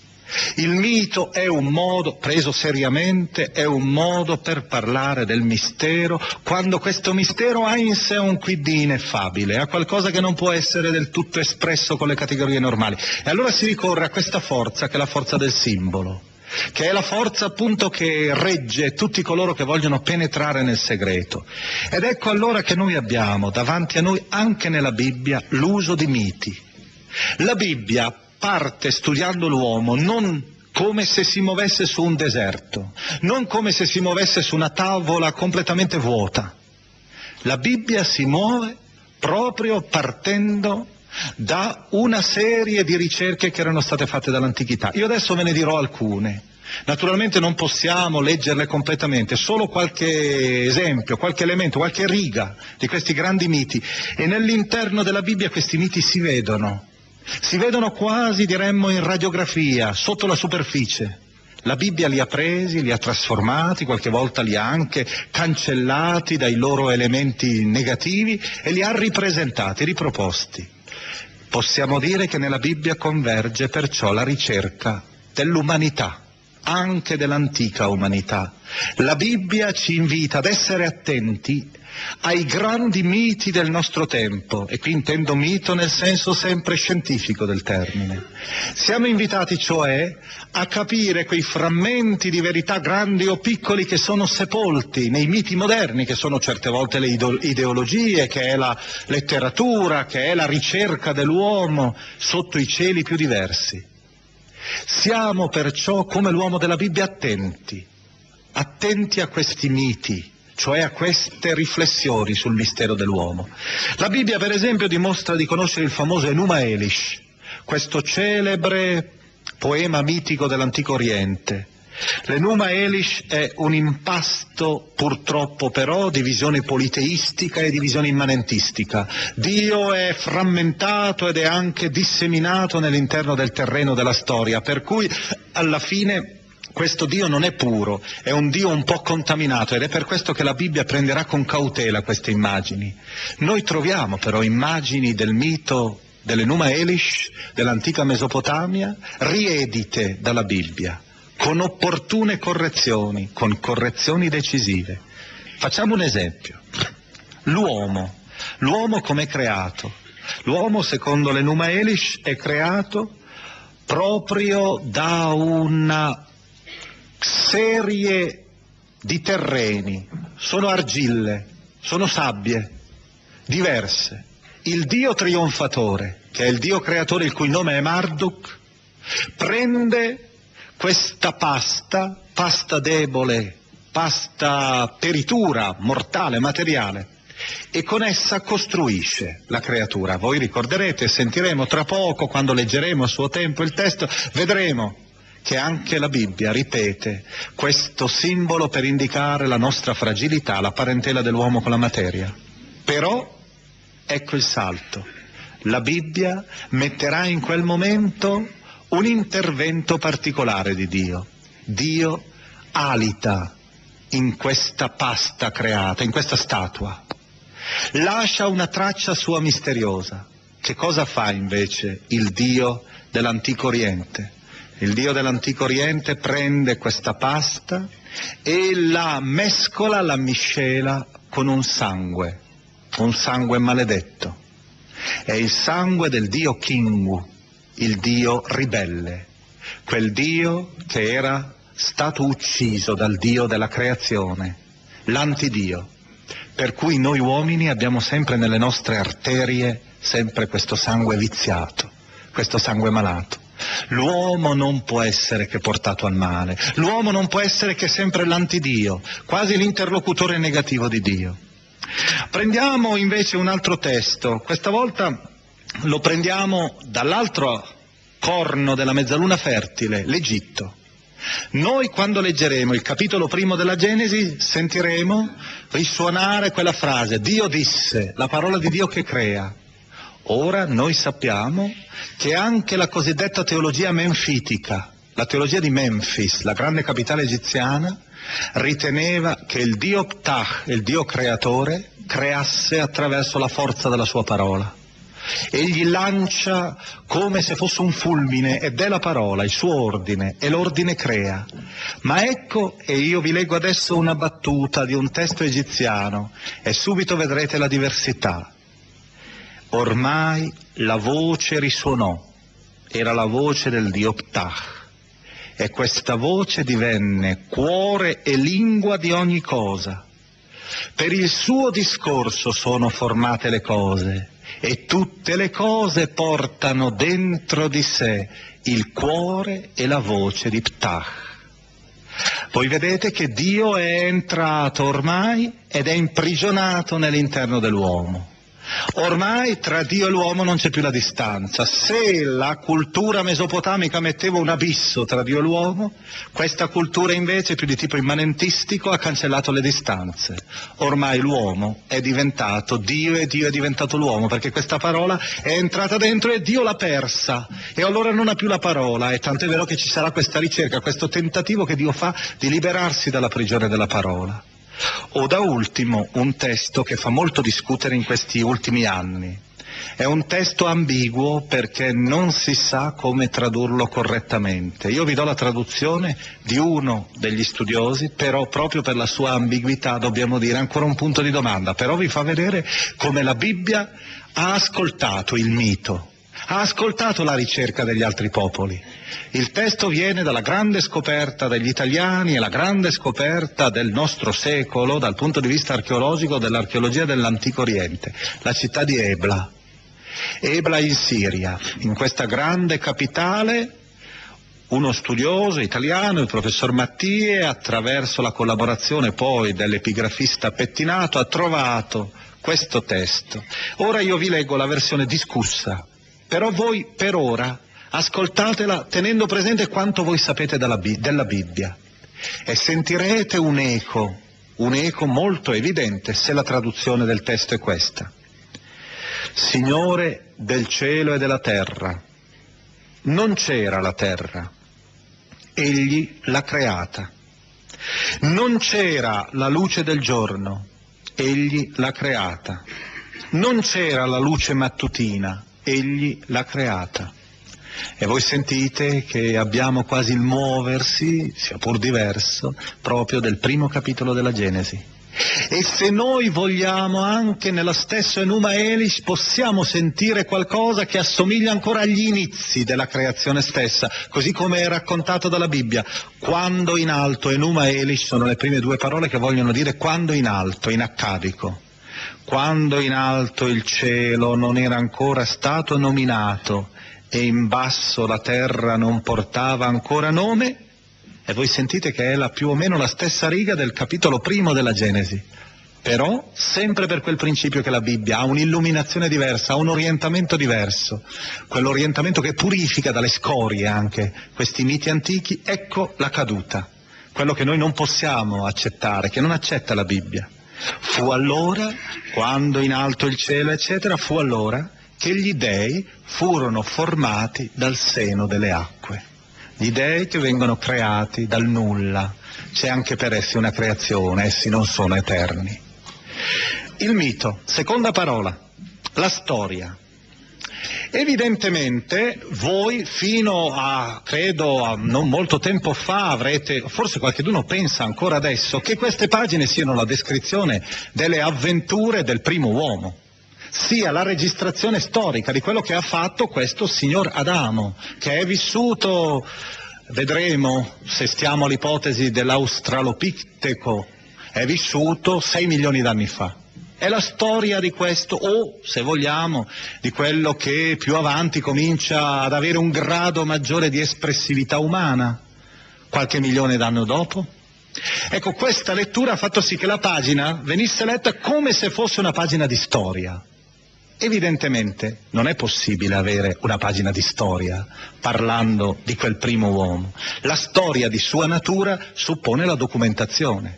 Speaker 8: Il mito è un modo, preso seriamente, è un modo per parlare del mistero, quando questo mistero ha in sé un quid di ineffabile, ha qualcosa che non può essere del tutto espresso con le categorie normali. E allora si ricorre a questa forza che è la forza del simbolo, che è la forza appunto che regge tutti coloro che vogliono penetrare nel segreto. Ed ecco allora che noi abbiamo davanti a noi anche nella Bibbia l'uso di miti. La Bibbia parte studiando l'uomo non come se si muovesse su un deserto, non come se si muovesse su una tavola completamente vuota. La Bibbia si muove proprio partendo da una serie di ricerche che erano state fatte dall'antichità. Io adesso ve ne dirò alcune. Naturalmente non possiamo leggerle completamente, solo qualche esempio, qualche elemento, qualche riga di questi grandi miti. E nell'interno della Bibbia questi miti si vedono. Si vedono quasi, diremmo, in radiografia, sotto la superficie. La Bibbia li ha presi, li ha trasformati, qualche volta li ha anche cancellati dai loro elementi negativi e li ha ripresentati, riproposti. Possiamo dire che nella Bibbia converge perciò la ricerca dell'umanità, anche dell'antica umanità. La Bibbia ci invita ad essere attenti ai grandi miti del nostro tempo, e qui intendo mito nel senso sempre scientifico del termine. Siamo invitati cioè a capire quei frammenti di verità grandi o piccoli che sono sepolti nei miti moderni, che sono certe volte le ideologie, che è la letteratura, che è la ricerca dell'uomo sotto i cieli più diversi. Siamo perciò come l'uomo della Bibbia attenti, attenti a questi miti, cioè a queste riflessioni sul mistero dell'uomo. La Bibbia per esempio dimostra di conoscere il famoso Enuma Elish, questo celebre poema mitico dell'Antico Oriente, L'Enuma Elish è un impasto purtroppo però di visione politeistica e di visione immanentistica. Dio è frammentato ed è anche disseminato nell'interno del terreno della storia, per cui alla fine questo Dio non è puro, è un Dio un po' contaminato, ed è per questo che la Bibbia prenderà con cautela queste immagini. Noi troviamo però immagini del mito dell'Enuma Elish dell'antica Mesopotamia riedite dalla Bibbia, con opportune correzioni, con correzioni decisive. Facciamo un esempio. L'uomo, l'uomo com'è creato? L'uomo, secondo l'Enuma Elish, è creato proprio da una serie di terreni, sono argille, sono sabbie diverse. Il Dio trionfatore, che è il Dio creatore il cui nome è Marduk, prende questa pasta, pasta debole, pasta peritura, mortale, materiale, e con essa costruisce la creatura. Voi ricorderete, sentiremo tra poco, quando leggeremo a suo tempo il testo, vedremo che anche la Bibbia ripete questo simbolo per indicare la nostra fragilità, la parentela dell'uomo con la materia. Però ecco il salto. La Bibbia metterà in quel momento un intervento particolare di Dio. Dio alita in questa pasta creata, in questa statua. Lascia una traccia sua misteriosa. Che cosa fa invece il Dio dell'Antico Oriente? Il Dio dell'Antico Oriente prende questa pasta e la mescola, la miscela con un sangue, un sangue maledetto. È il sangue del Dio Kingu, il Dio ribelle, quel Dio che era stato ucciso dal Dio della creazione, l'antidio, per cui noi uomini abbiamo sempre nelle nostre arterie sempre questo sangue viziato, questo sangue malato. L'uomo non può essere che portato al male, l'uomo non può essere che sempre l'antidio, quasi l'interlocutore negativo di Dio. Prendiamo invece un altro testo, questa volta lo prendiamo dall'altro corno della mezzaluna fertile, l'Egitto. Noi quando leggeremo il capitolo primo della Genesi sentiremo risuonare quella frase, Dio disse, la parola di Dio che crea. Ora noi sappiamo che anche la cosiddetta teologia menfitica, la teologia di Memphis, la grande capitale egiziana, riteneva che il Dio Ptah, il Dio creatore, creasse attraverso la forza della sua parola. Egli lancia come se fosse un fulmine ed è la parola, il suo ordine, e l'ordine crea. Ma ecco, e io vi leggo adesso una battuta di un testo egiziano e subito vedrete la diversità. Ormai la voce risuonò, era la voce del Dio Ptah, e questa voce divenne cuore e lingua di ogni cosa. Per il suo discorso sono formate le cose, e tutte le cose portano dentro di sé il cuore e la voce di Ptah. Voi vedete che Dio è entrato ormai ed è imprigionato nell'interno dell'uomo. Ormai tra Dio e l'uomo non c'è più la distanza. Se la cultura mesopotamica metteva un abisso tra Dio e l'uomo, questa cultura invece più di tipo immanentistico ha cancellato le distanze. Ormai l'uomo è diventato Dio e Dio è diventato l'uomo, perché questa parola è entrata dentro e Dio l'ha persa e allora non ha più la parola, e tanto è vero che ci sarà questa ricerca, questo tentativo che Dio fa di liberarsi dalla prigione della parola. O da ultimo un testo che fa molto discutere in questi ultimi anni. È un testo ambiguo perché non si sa come tradurlo correttamente. Io vi do la traduzione di uno degli studiosi, però proprio per la sua ambiguità dobbiamo dire ancora un punto di domanda, però vi fa vedere come la Bibbia ha ascoltato il mito, ha ascoltato la ricerca degli altri popoli. Il testo viene dalla grande scoperta degli italiani e la grande scoperta del nostro secolo dal punto di vista archeologico dell'archeologia dell'Antico Oriente, la città di Ebla. Ebla in Siria, in questa grande capitale, uno studioso italiano, il professor Mattie, attraverso la collaborazione poi dell'epigrafista Pettinato, ha trovato questo testo. Ora io vi leggo la versione discussa, però voi per ora ascoltatela tenendo presente quanto voi sapete della, della Bibbia. e sentirete un eco, un eco molto evidente se la traduzione del testo è questa. Signore del cielo e della terra, non c'era la terra, egli l'ha creata. Non c'era la luce del giorno, egli l'ha creata. Non c'era la luce mattutina, egli l'ha creata. E voi sentite che abbiamo quasi il muoversi, sia pur diverso, proprio del primo capitolo della Genesi. E se noi vogliamo, anche nello stesso Enuma Elish possiamo sentire qualcosa che assomiglia ancora agli inizi della creazione stessa, così come è raccontato dalla Bibbia. Quando in alto, Enuma Elish sono le prime due parole che vogliono dire quando in alto, in accadico. Quando in alto il cielo non era ancora stato nominato e in basso la terra non portava ancora nome. E voi sentite che è la, più o meno la stessa riga del capitolo primo della Genesi, però sempre per quel principio che la Bibbia ha un'illuminazione diversa, ha un orientamento diverso, quell'orientamento che purifica dalle scorie anche questi miti antichi. Ecco la caduta, quello che noi non possiamo accettare, che non accetta la Bibbia. Fu allora, quando in alto il cielo eccetera, fu allora che gli dei furono formati dal seno delle acque. Gli dei che vengono creati dal nulla, c'è anche per essi una creazione, essi non sono eterni. Il mito, seconda parola, la storia. Evidentemente voi fino a, credo, a non molto tempo fa avrete, forse qualcuno pensa ancora adesso, che queste pagine siano la descrizione delle avventure del primo uomo, sia la registrazione storica di quello che ha fatto questo signor Adamo, che è vissuto, vedremo se stiamo all'ipotesi dell'Australopiteco, è vissuto sei milioni d'anni fa. È la storia di questo, o se vogliamo, di quello che più avanti comincia ad avere un grado maggiore di espressività umana, qualche milione d'anni dopo. Ecco, questa lettura ha fatto sì che la pagina venisse letta come se fosse una pagina di storia. Evidentemente non è possibile avere una pagina di storia parlando di quel primo uomo. La storia di sua natura suppone la documentazione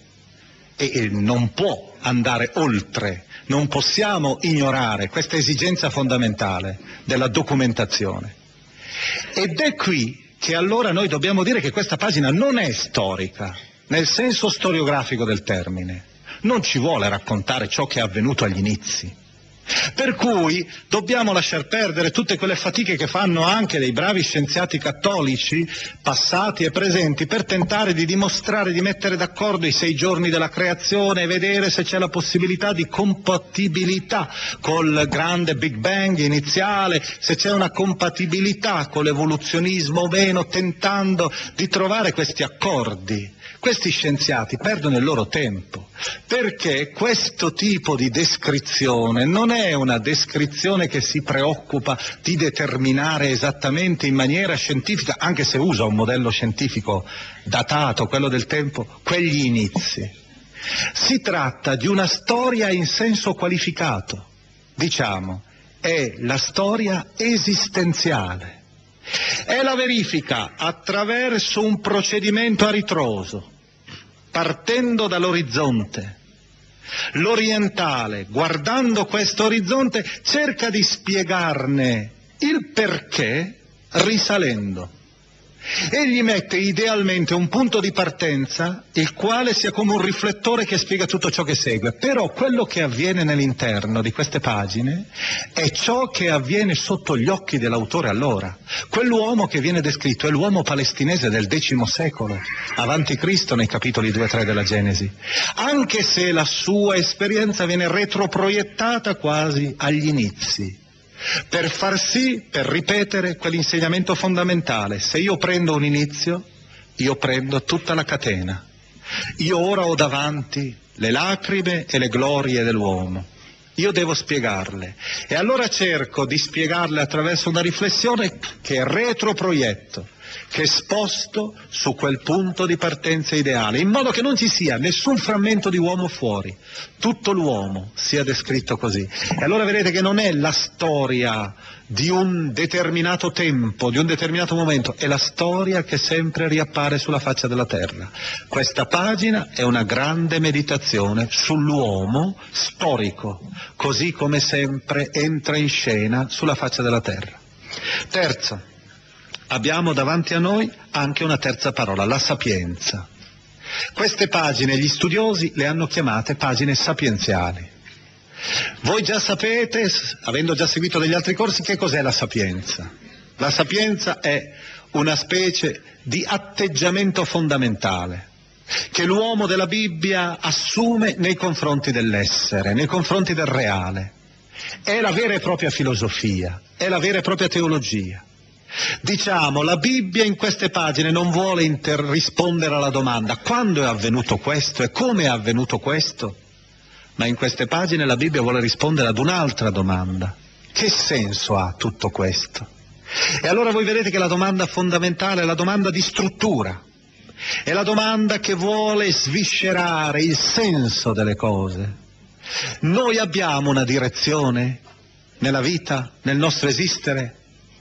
Speaker 8: e non può andare oltre, non possiamo ignorare questa esigenza fondamentale della documentazione. Ed è qui che allora noi dobbiamo dire che questa pagina non è storica, nel senso storiografico del termine, non ci vuole raccontare ciò che è avvenuto agli inizi. Per cui dobbiamo lasciar perdere tutte quelle fatiche che fanno anche dei bravi scienziati cattolici, passati e presenti, per tentare di dimostrare, di mettere d'accordo i sei giorni della creazione e vedere se c'è la possibilità di compatibilità col grande Big Bang iniziale, se c'è una compatibilità con l'evoluzionismo o meno, tentando di trovare questi accordi. Questi scienziati perdono il loro tempo, perché questo tipo di descrizione non è una descrizione che si preoccupa di determinare esattamente in maniera scientifica, anche se usa un modello scientifico datato, quello del tempo, quegli inizi. Si tratta di una storia in senso qualificato, diciamo, è la storia esistenziale. È la verifica attraverso un procedimento a ritroso, partendo dall'orizzonte. L'orientale, guardando questo orizzonte, cerca di spiegarne il perché risalendo. Egli mette idealmente un punto di partenza, il quale sia come un riflettore che spiega tutto ciò che segue. Però quello che avviene nell'interno di queste pagine è ciò che avviene sotto gli occhi dell'autore allora. Quell'uomo che viene descritto è l'uomo palestinese del decimo secolo, avanti Cristo, nei capitoli due e tre della Genesi. Anche se la sua esperienza viene retroproiettata quasi agli inizi, per far sì, per ripetere quell'insegnamento fondamentale: se io prendo un inizio, io prendo tutta la catena. Io ora ho davanti le lacrime e le glorie dell'uomo, io devo spiegarle, e allora cerco di spiegarle attraverso una riflessione che retroproietto, che sposto su quel punto di partenza ideale, in modo che non ci sia nessun frammento di uomo fuori, tutto l'uomo sia descritto così. E allora vedete che non è la storia di un determinato tempo, di un determinato momento, è la storia che sempre riappare sulla faccia della terra. Questa pagina è una grande meditazione sull'uomo storico, così come sempre entra in scena sulla faccia della terra. Terzo, abbiamo davanti a noi anche una terza parola, la sapienza. Queste pagine gli studiosi le hanno chiamate pagine sapienziali. Voi già sapete, avendo già seguito degli altri corsi, che cos'è la sapienza. La sapienza è una specie di atteggiamento fondamentale che l'uomo della Bibbia assume nei confronti dell'essere, nei confronti del reale. È la vera e propria filosofia, è la vera e propria teologia. Diciamo, la Bibbia in queste pagine non vuole inter- rispondere alla domanda quando è avvenuto questo e come è avvenuto questo, ma in queste pagine la Bibbia vuole rispondere ad un'altra domanda. Che senso ha tutto questo? E allora voi vedete che la domanda fondamentale è la domanda di struttura, è la domanda che vuole sviscerare il senso delle cose. Noi abbiamo una direzione nella vita, nel nostro esistere?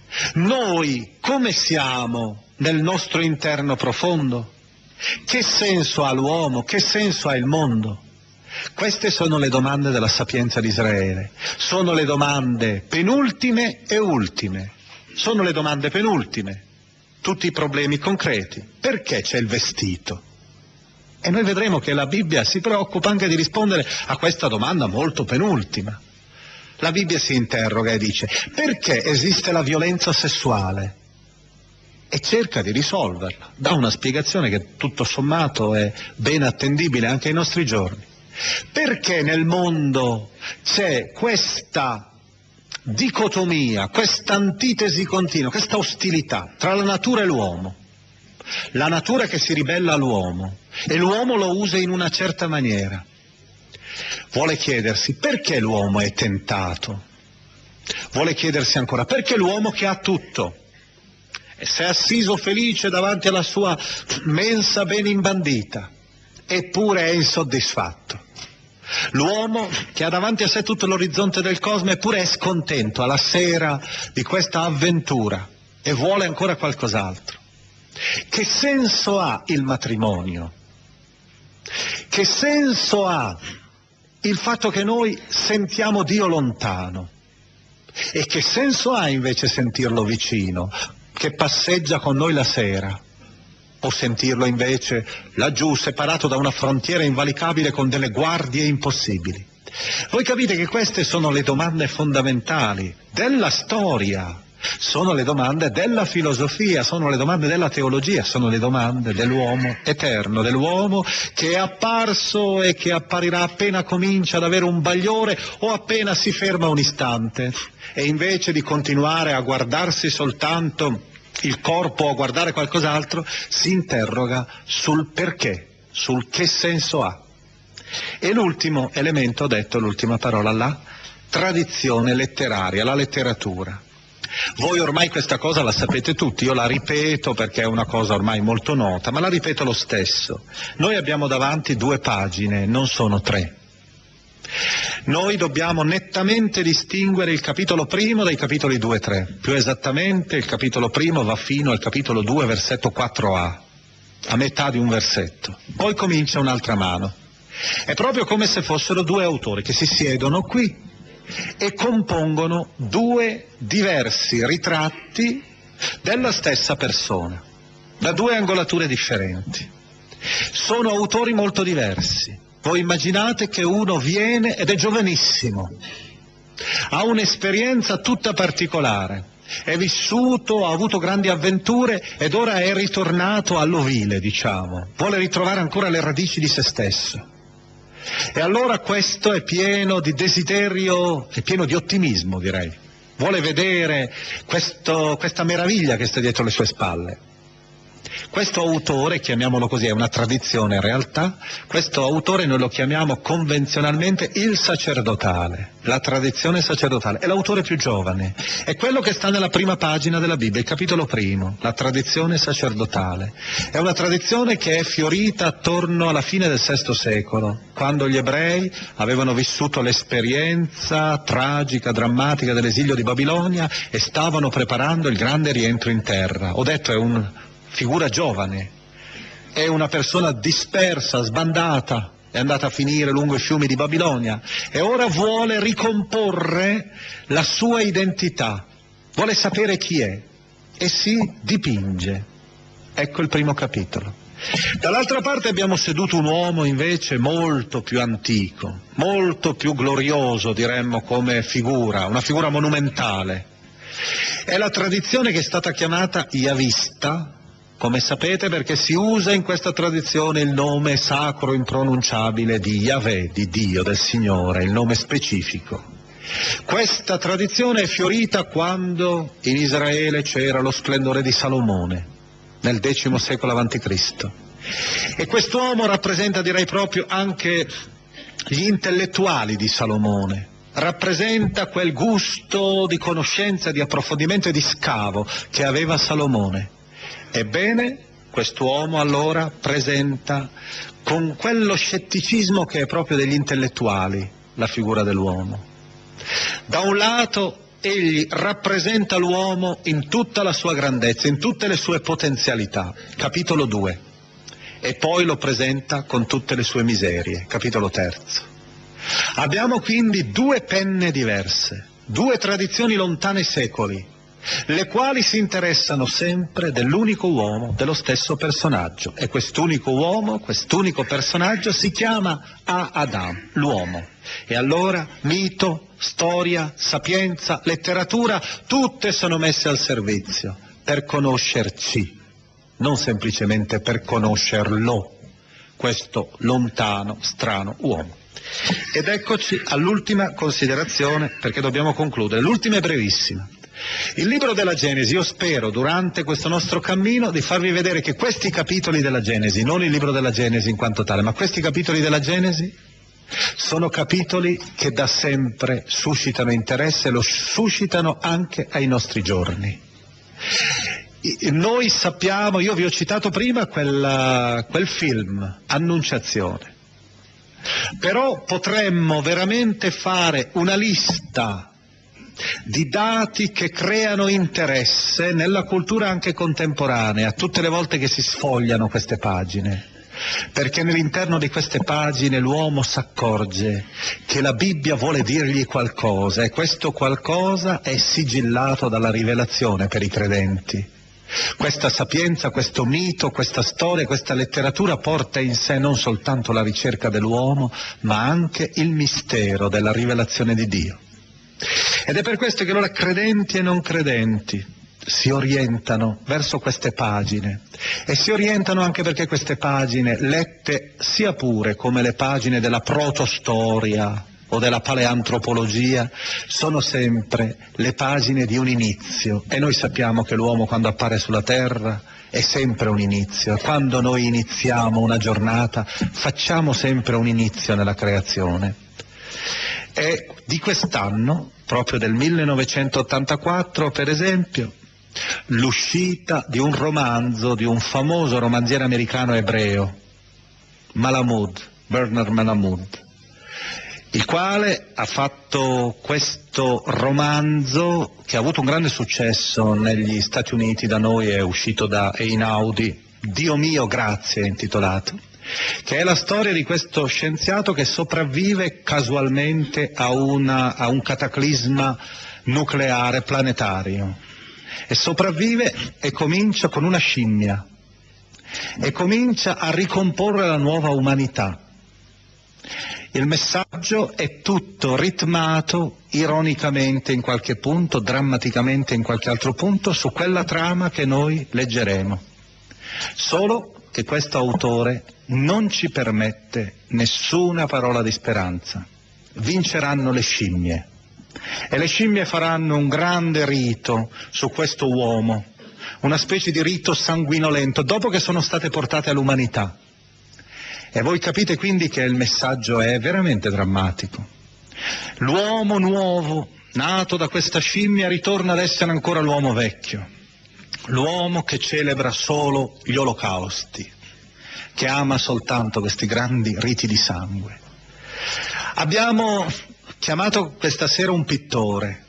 Speaker 8: Noi come siamo nel nostro interno profondo? Che senso ha l'uomo? Che senso ha il mondo? Queste sono le domande della sapienza di Israele, sono le domande penultime e ultime, sono le domande penultime, tutti i problemi concreti. Perché c'è il vestito? E noi vedremo che la Bibbia si preoccupa anche di rispondere a questa domanda molto penultima. La Bibbia si interroga e dice: perché esiste la violenza sessuale? E cerca di risolverla, dà una spiegazione che tutto sommato è ben attendibile anche ai nostri giorni. Perché nel mondo c'è questa dicotomia, questa antitesi continua, questa ostilità tra la natura e l'uomo? La natura che si ribella all'uomo e l'uomo lo usa in una certa maniera. Vuole chiedersi perché l'uomo è tentato. Vuole chiedersi ancora perché l'uomo che ha tutto e si è assiso felice davanti alla sua mensa ben imbandita, eppure è insoddisfatto. L'uomo che ha davanti a sé tutto l'orizzonte del cosmo, eppure è scontento alla sera di questa avventura e vuole ancora qualcos'altro. Che senso ha il matrimonio? Che senso ha il fatto che noi sentiamo Dio lontano? E che senso ha invece sentirlo vicino, che passeggia con noi la sera? O sentirlo invece laggiù, separato da una frontiera invalicabile con delle guardie impossibili? Voi capite che queste sono le domande fondamentali della storia, sono le domande della filosofia, sono le domande della teologia, sono le domande dell'uomo eterno, dell'uomo che è apparso e che apparirà appena comincia ad avere un bagliore o appena si ferma un istante, e invece di continuare a guardarsi soltanto il corpo o a guardare qualcos'altro, si interroga sul perché, sul che senso ha. E l'ultimo elemento, ho detto, l'ultima parola, la tradizione letteraria, la letteratura. Voi ormai questa cosa la sapete tutti, io la ripeto perché è una cosa ormai molto nota, ma la ripeto lo stesso. Noi abbiamo davanti due pagine, non sono tre. Noi dobbiamo nettamente distinguere il capitolo primo dai capitoli due e tre. Più esattamente il capitolo primo va fino al capitolo due, versetto quattro a, a metà di un versetto. Poi comincia un'altra mano. È proprio come se fossero due autori che si siedono qui e compongono due diversi ritratti della stessa persona, da due angolature differenti. Sono autori molto diversi. Voi immaginate che uno viene ed è giovanissimo, ha un'esperienza tutta particolare, è vissuto, ha avuto grandi avventure ed ora è ritornato all'ovile, diciamo, vuole ritrovare ancora le radici di se stesso. E allora questo è pieno di desiderio, è pieno di ottimismo, direi. Vuole vedere questo, questa meraviglia che sta dietro le sue spalle. Questo autore, chiamiamolo così, è una tradizione in realtà, questo autore noi lo chiamiamo convenzionalmente il sacerdotale, la tradizione sacerdotale, è l'autore più giovane, è quello che sta nella prima pagina della Bibbia, il capitolo primo, la tradizione sacerdotale. È una tradizione che è fiorita attorno alla fine del sesto secolo, quando gli ebrei avevano vissuto l'esperienza tragica, drammatica dell'esilio di Babilonia e stavano preparando il grande rientro in terra. Ho detto, è una figura giovane, è una persona dispersa, sbandata, è andata a finire lungo i fiumi di Babilonia e ora vuole ricomporre la sua identità, vuole sapere chi è e si dipinge. Ecco il primo capitolo. Dall'altra parte abbiamo seduto un uomo invece molto più antico, molto più glorioso, diremmo, come figura, una figura monumentale. È la tradizione che è stata chiamata Yavista, come sapete, perché si usa in questa tradizione il nome sacro impronunciabile di Yahweh, di Dio, del Signore, il nome specifico. Questa tradizione è fiorita quando in Israele c'era lo splendore di Salomone, nel decimo secolo avanti Cristo. E quest'uomo rappresenta, direi proprio, anche gli intellettuali di Salomone, rappresenta quel gusto di conoscenza, di approfondimento e di scavo che aveva Salomone. Ebbene, quest'uomo allora presenta con quello scetticismo che è proprio degli intellettuali la figura dell'uomo. Da un lato egli rappresenta l'uomo in tutta la sua grandezza, in tutte le sue potenzialità, capitolo due, e poi lo presenta con tutte le sue miserie, capitolo terzo. Abbiamo quindi due penne diverse, due tradizioni lontane secoli, le quali si interessano sempre dell'unico uomo, dello stesso personaggio, e quest'unico uomo, quest'unico personaggio si chiama Adam, l'uomo. E allora mito, storia, sapienza, letteratura, tutte sono messe al servizio per conoscerci, non semplicemente per conoscerlo, questo lontano, strano uomo. Ed eccoci all'ultima considerazione, perché dobbiamo concludere, l'ultima è brevissima. Il libro della Genesi, io spero durante questo nostro cammino di farvi vedere che questi capitoli della Genesi, non il libro della Genesi in quanto tale, ma questi capitoli della Genesi sono capitoli che da sempre suscitano interesse e lo suscitano anche ai nostri giorni. Noi sappiamo, io vi ho citato prima quel, quel film, Annunciazione, però potremmo veramente fare una lista di dati che creano interesse nella cultura anche contemporanea, tutte le volte che si sfogliano queste pagine, perché nell'interno di queste pagine l'uomo si accorge che la Bibbia vuole dirgli qualcosa e questo qualcosa è sigillato dalla rivelazione per i credenti. Questa sapienza, questo mito, questa storia, questa letteratura porta in sé non soltanto la ricerca dell'uomo, ma anche il mistero della rivelazione di Dio. Ed è per questo che allora credenti e non credenti si orientano verso queste pagine e si orientano anche perché queste pagine, lette sia pure come le pagine della protostoria o della paleantropologia, sono sempre le pagine di un inizio e noi sappiamo che l'uomo quando appare sulla terra è sempre un inizio e quando noi iniziamo una giornata facciamo sempre un inizio nella creazione. E di quest'anno, proprio del millenovecentottantaquattro per esempio, l'uscita di un romanzo di un famoso romanziere americano ebreo, Malamud, Bernard Malamud, il quale ha fatto questo romanzo che ha avuto un grande successo negli Stati Uniti, da noi è uscito da Einaudi, Dio mio grazie è intitolato, che è la storia di questo scienziato che sopravvive casualmente a, una, a un cataclisma nucleare planetario e sopravvive e comincia con una scimmia e comincia a ricomporre la nuova umanità. Il messaggio è tutto ritmato ironicamente in qualche punto, drammaticamente in qualche altro punto, su quella trama che noi leggeremo. Solo che questo autore non ci permette nessuna parola di speranza. Vinceranno le scimmie e le scimmie faranno un grande rito su questo uomo, una specie di rito sanguinolento, dopo che sono state portate all'umanità. E voi capite quindi che il messaggio è veramente drammatico. L'uomo nuovo, nato da questa scimmia, ritorna ad essere ancora l'uomo vecchio, l'uomo che celebra solo gli olocausti, che ama soltanto questi grandi riti di sangue. Abbiamo chiamato questa sera un pittore,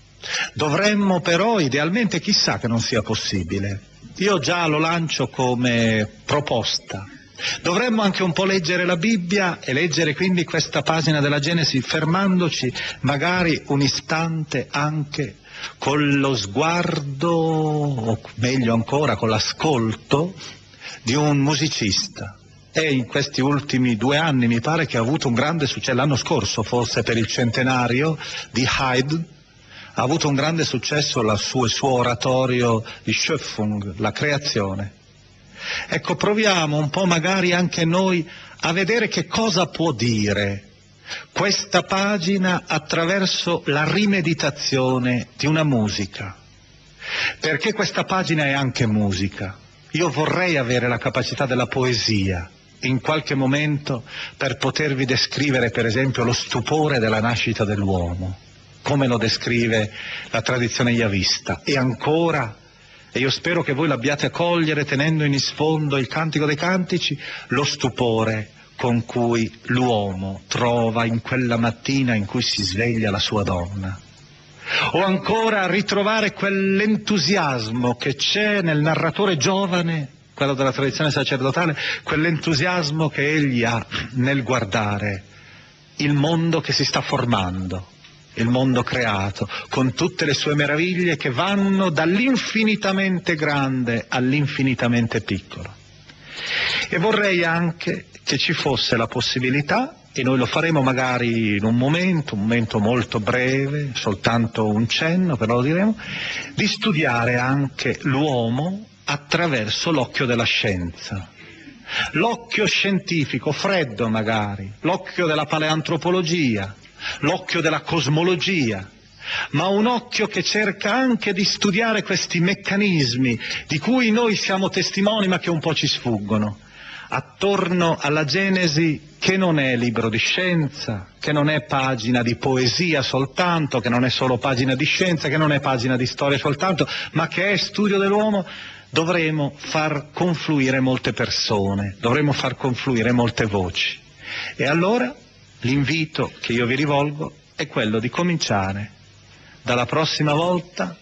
Speaker 8: dovremmo però idealmente, chissà che non sia possibile, io già lo lancio come proposta, dovremmo anche un po' leggere la Bibbia e leggere quindi questa pagina della Genesi fermandoci magari un istante anche con lo sguardo, o meglio ancora con l'ascolto di un musicista. E in questi ultimi due anni mi pare che ha avuto un grande successo, l'anno scorso forse per il centenario di Haydn, ha avuto un grande successo il suo, il suo oratorio di Schöpfung, la creazione. Ecco, proviamo un po' magari anche noi a vedere che cosa può dire questa pagina attraverso la rimeditazione di una musica, perché questa pagina è anche musica. Io vorrei avere la capacità della poesia in qualche momento per potervi descrivere per esempio lo stupore della nascita dell'uomo, come lo descrive la tradizione yavista, e ancora, e io spero che voi l'abbiate a cogliere tenendo in sfondo il Cantico dei Cantici, lo stupore con cui l'uomo trova in quella mattina in cui si sveglia la sua donna. O ancora ritrovare quell'entusiasmo che c'è nel narratore giovane, quello della tradizione sacerdotale, quell'entusiasmo che egli ha nel guardare il mondo che si sta formando, il mondo creato, con tutte le sue meraviglie che vanno dall'infinitamente grande all'infinitamente piccolo. E vorrei anche che ci fosse la possibilità, e noi lo faremo magari in un momento, un momento molto breve, soltanto un cenno, però lo diremo, di studiare anche l'uomo attraverso l'occhio della scienza. L'occhio scientifico, freddo magari, l'occhio della paleantropologia, l'occhio della cosmologia, ma un occhio che cerca anche di studiare questi meccanismi di cui noi siamo testimoni ma che un po' ci sfuggono, attorno alla Genesi, che non è libro di scienza, che non è pagina di poesia soltanto, che non è solo pagina di scienza, che non è pagina di storia soltanto, ma che è studio dell'uomo. Dovremo far confluire molte persone, dovremo far confluire molte voci. E allora l'invito che io vi rivolgo è quello di cominciare dalla prossima volta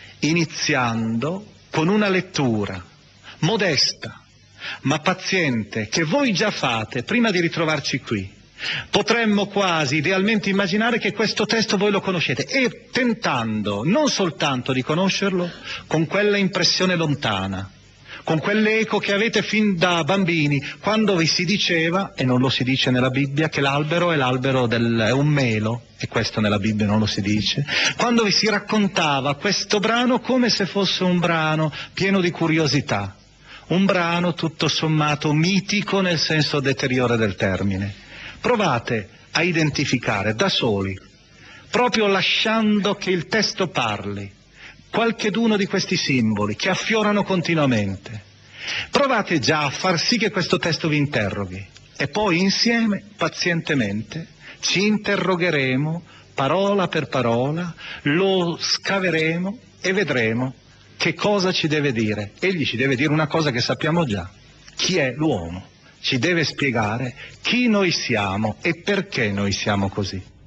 Speaker 8: iniziando con una lettura modesta ma paziente che voi già fate prima di ritrovarci qui. Potremmo quasi idealmente immaginare che questo testo voi lo conoscete, e tentando non soltanto di conoscerlo con quella impressione lontana, con quell'eco che avete fin da bambini, quando vi si diceva, e non lo si dice nella Bibbia, che l'albero è l'albero del, è un melo, e questo nella Bibbia non lo si dice, quando vi si raccontava questo brano come se fosse un brano pieno di curiosità, un brano tutto sommato mitico nel senso deteriore del termine. Provate a identificare da soli, proprio lasciando che il testo parli, qualcheduno di questi simboli che affiorano continuamente. Provate già a far sì che questo testo vi interroghi, e poi insieme, pazientemente, ci interrogheremo parola per parola, lo scaveremo e vedremo che cosa ci deve dire. Egli ci deve dire una cosa che sappiamo già: chi è l'uomo. Ci deve spiegare chi noi siamo e perché noi siamo così.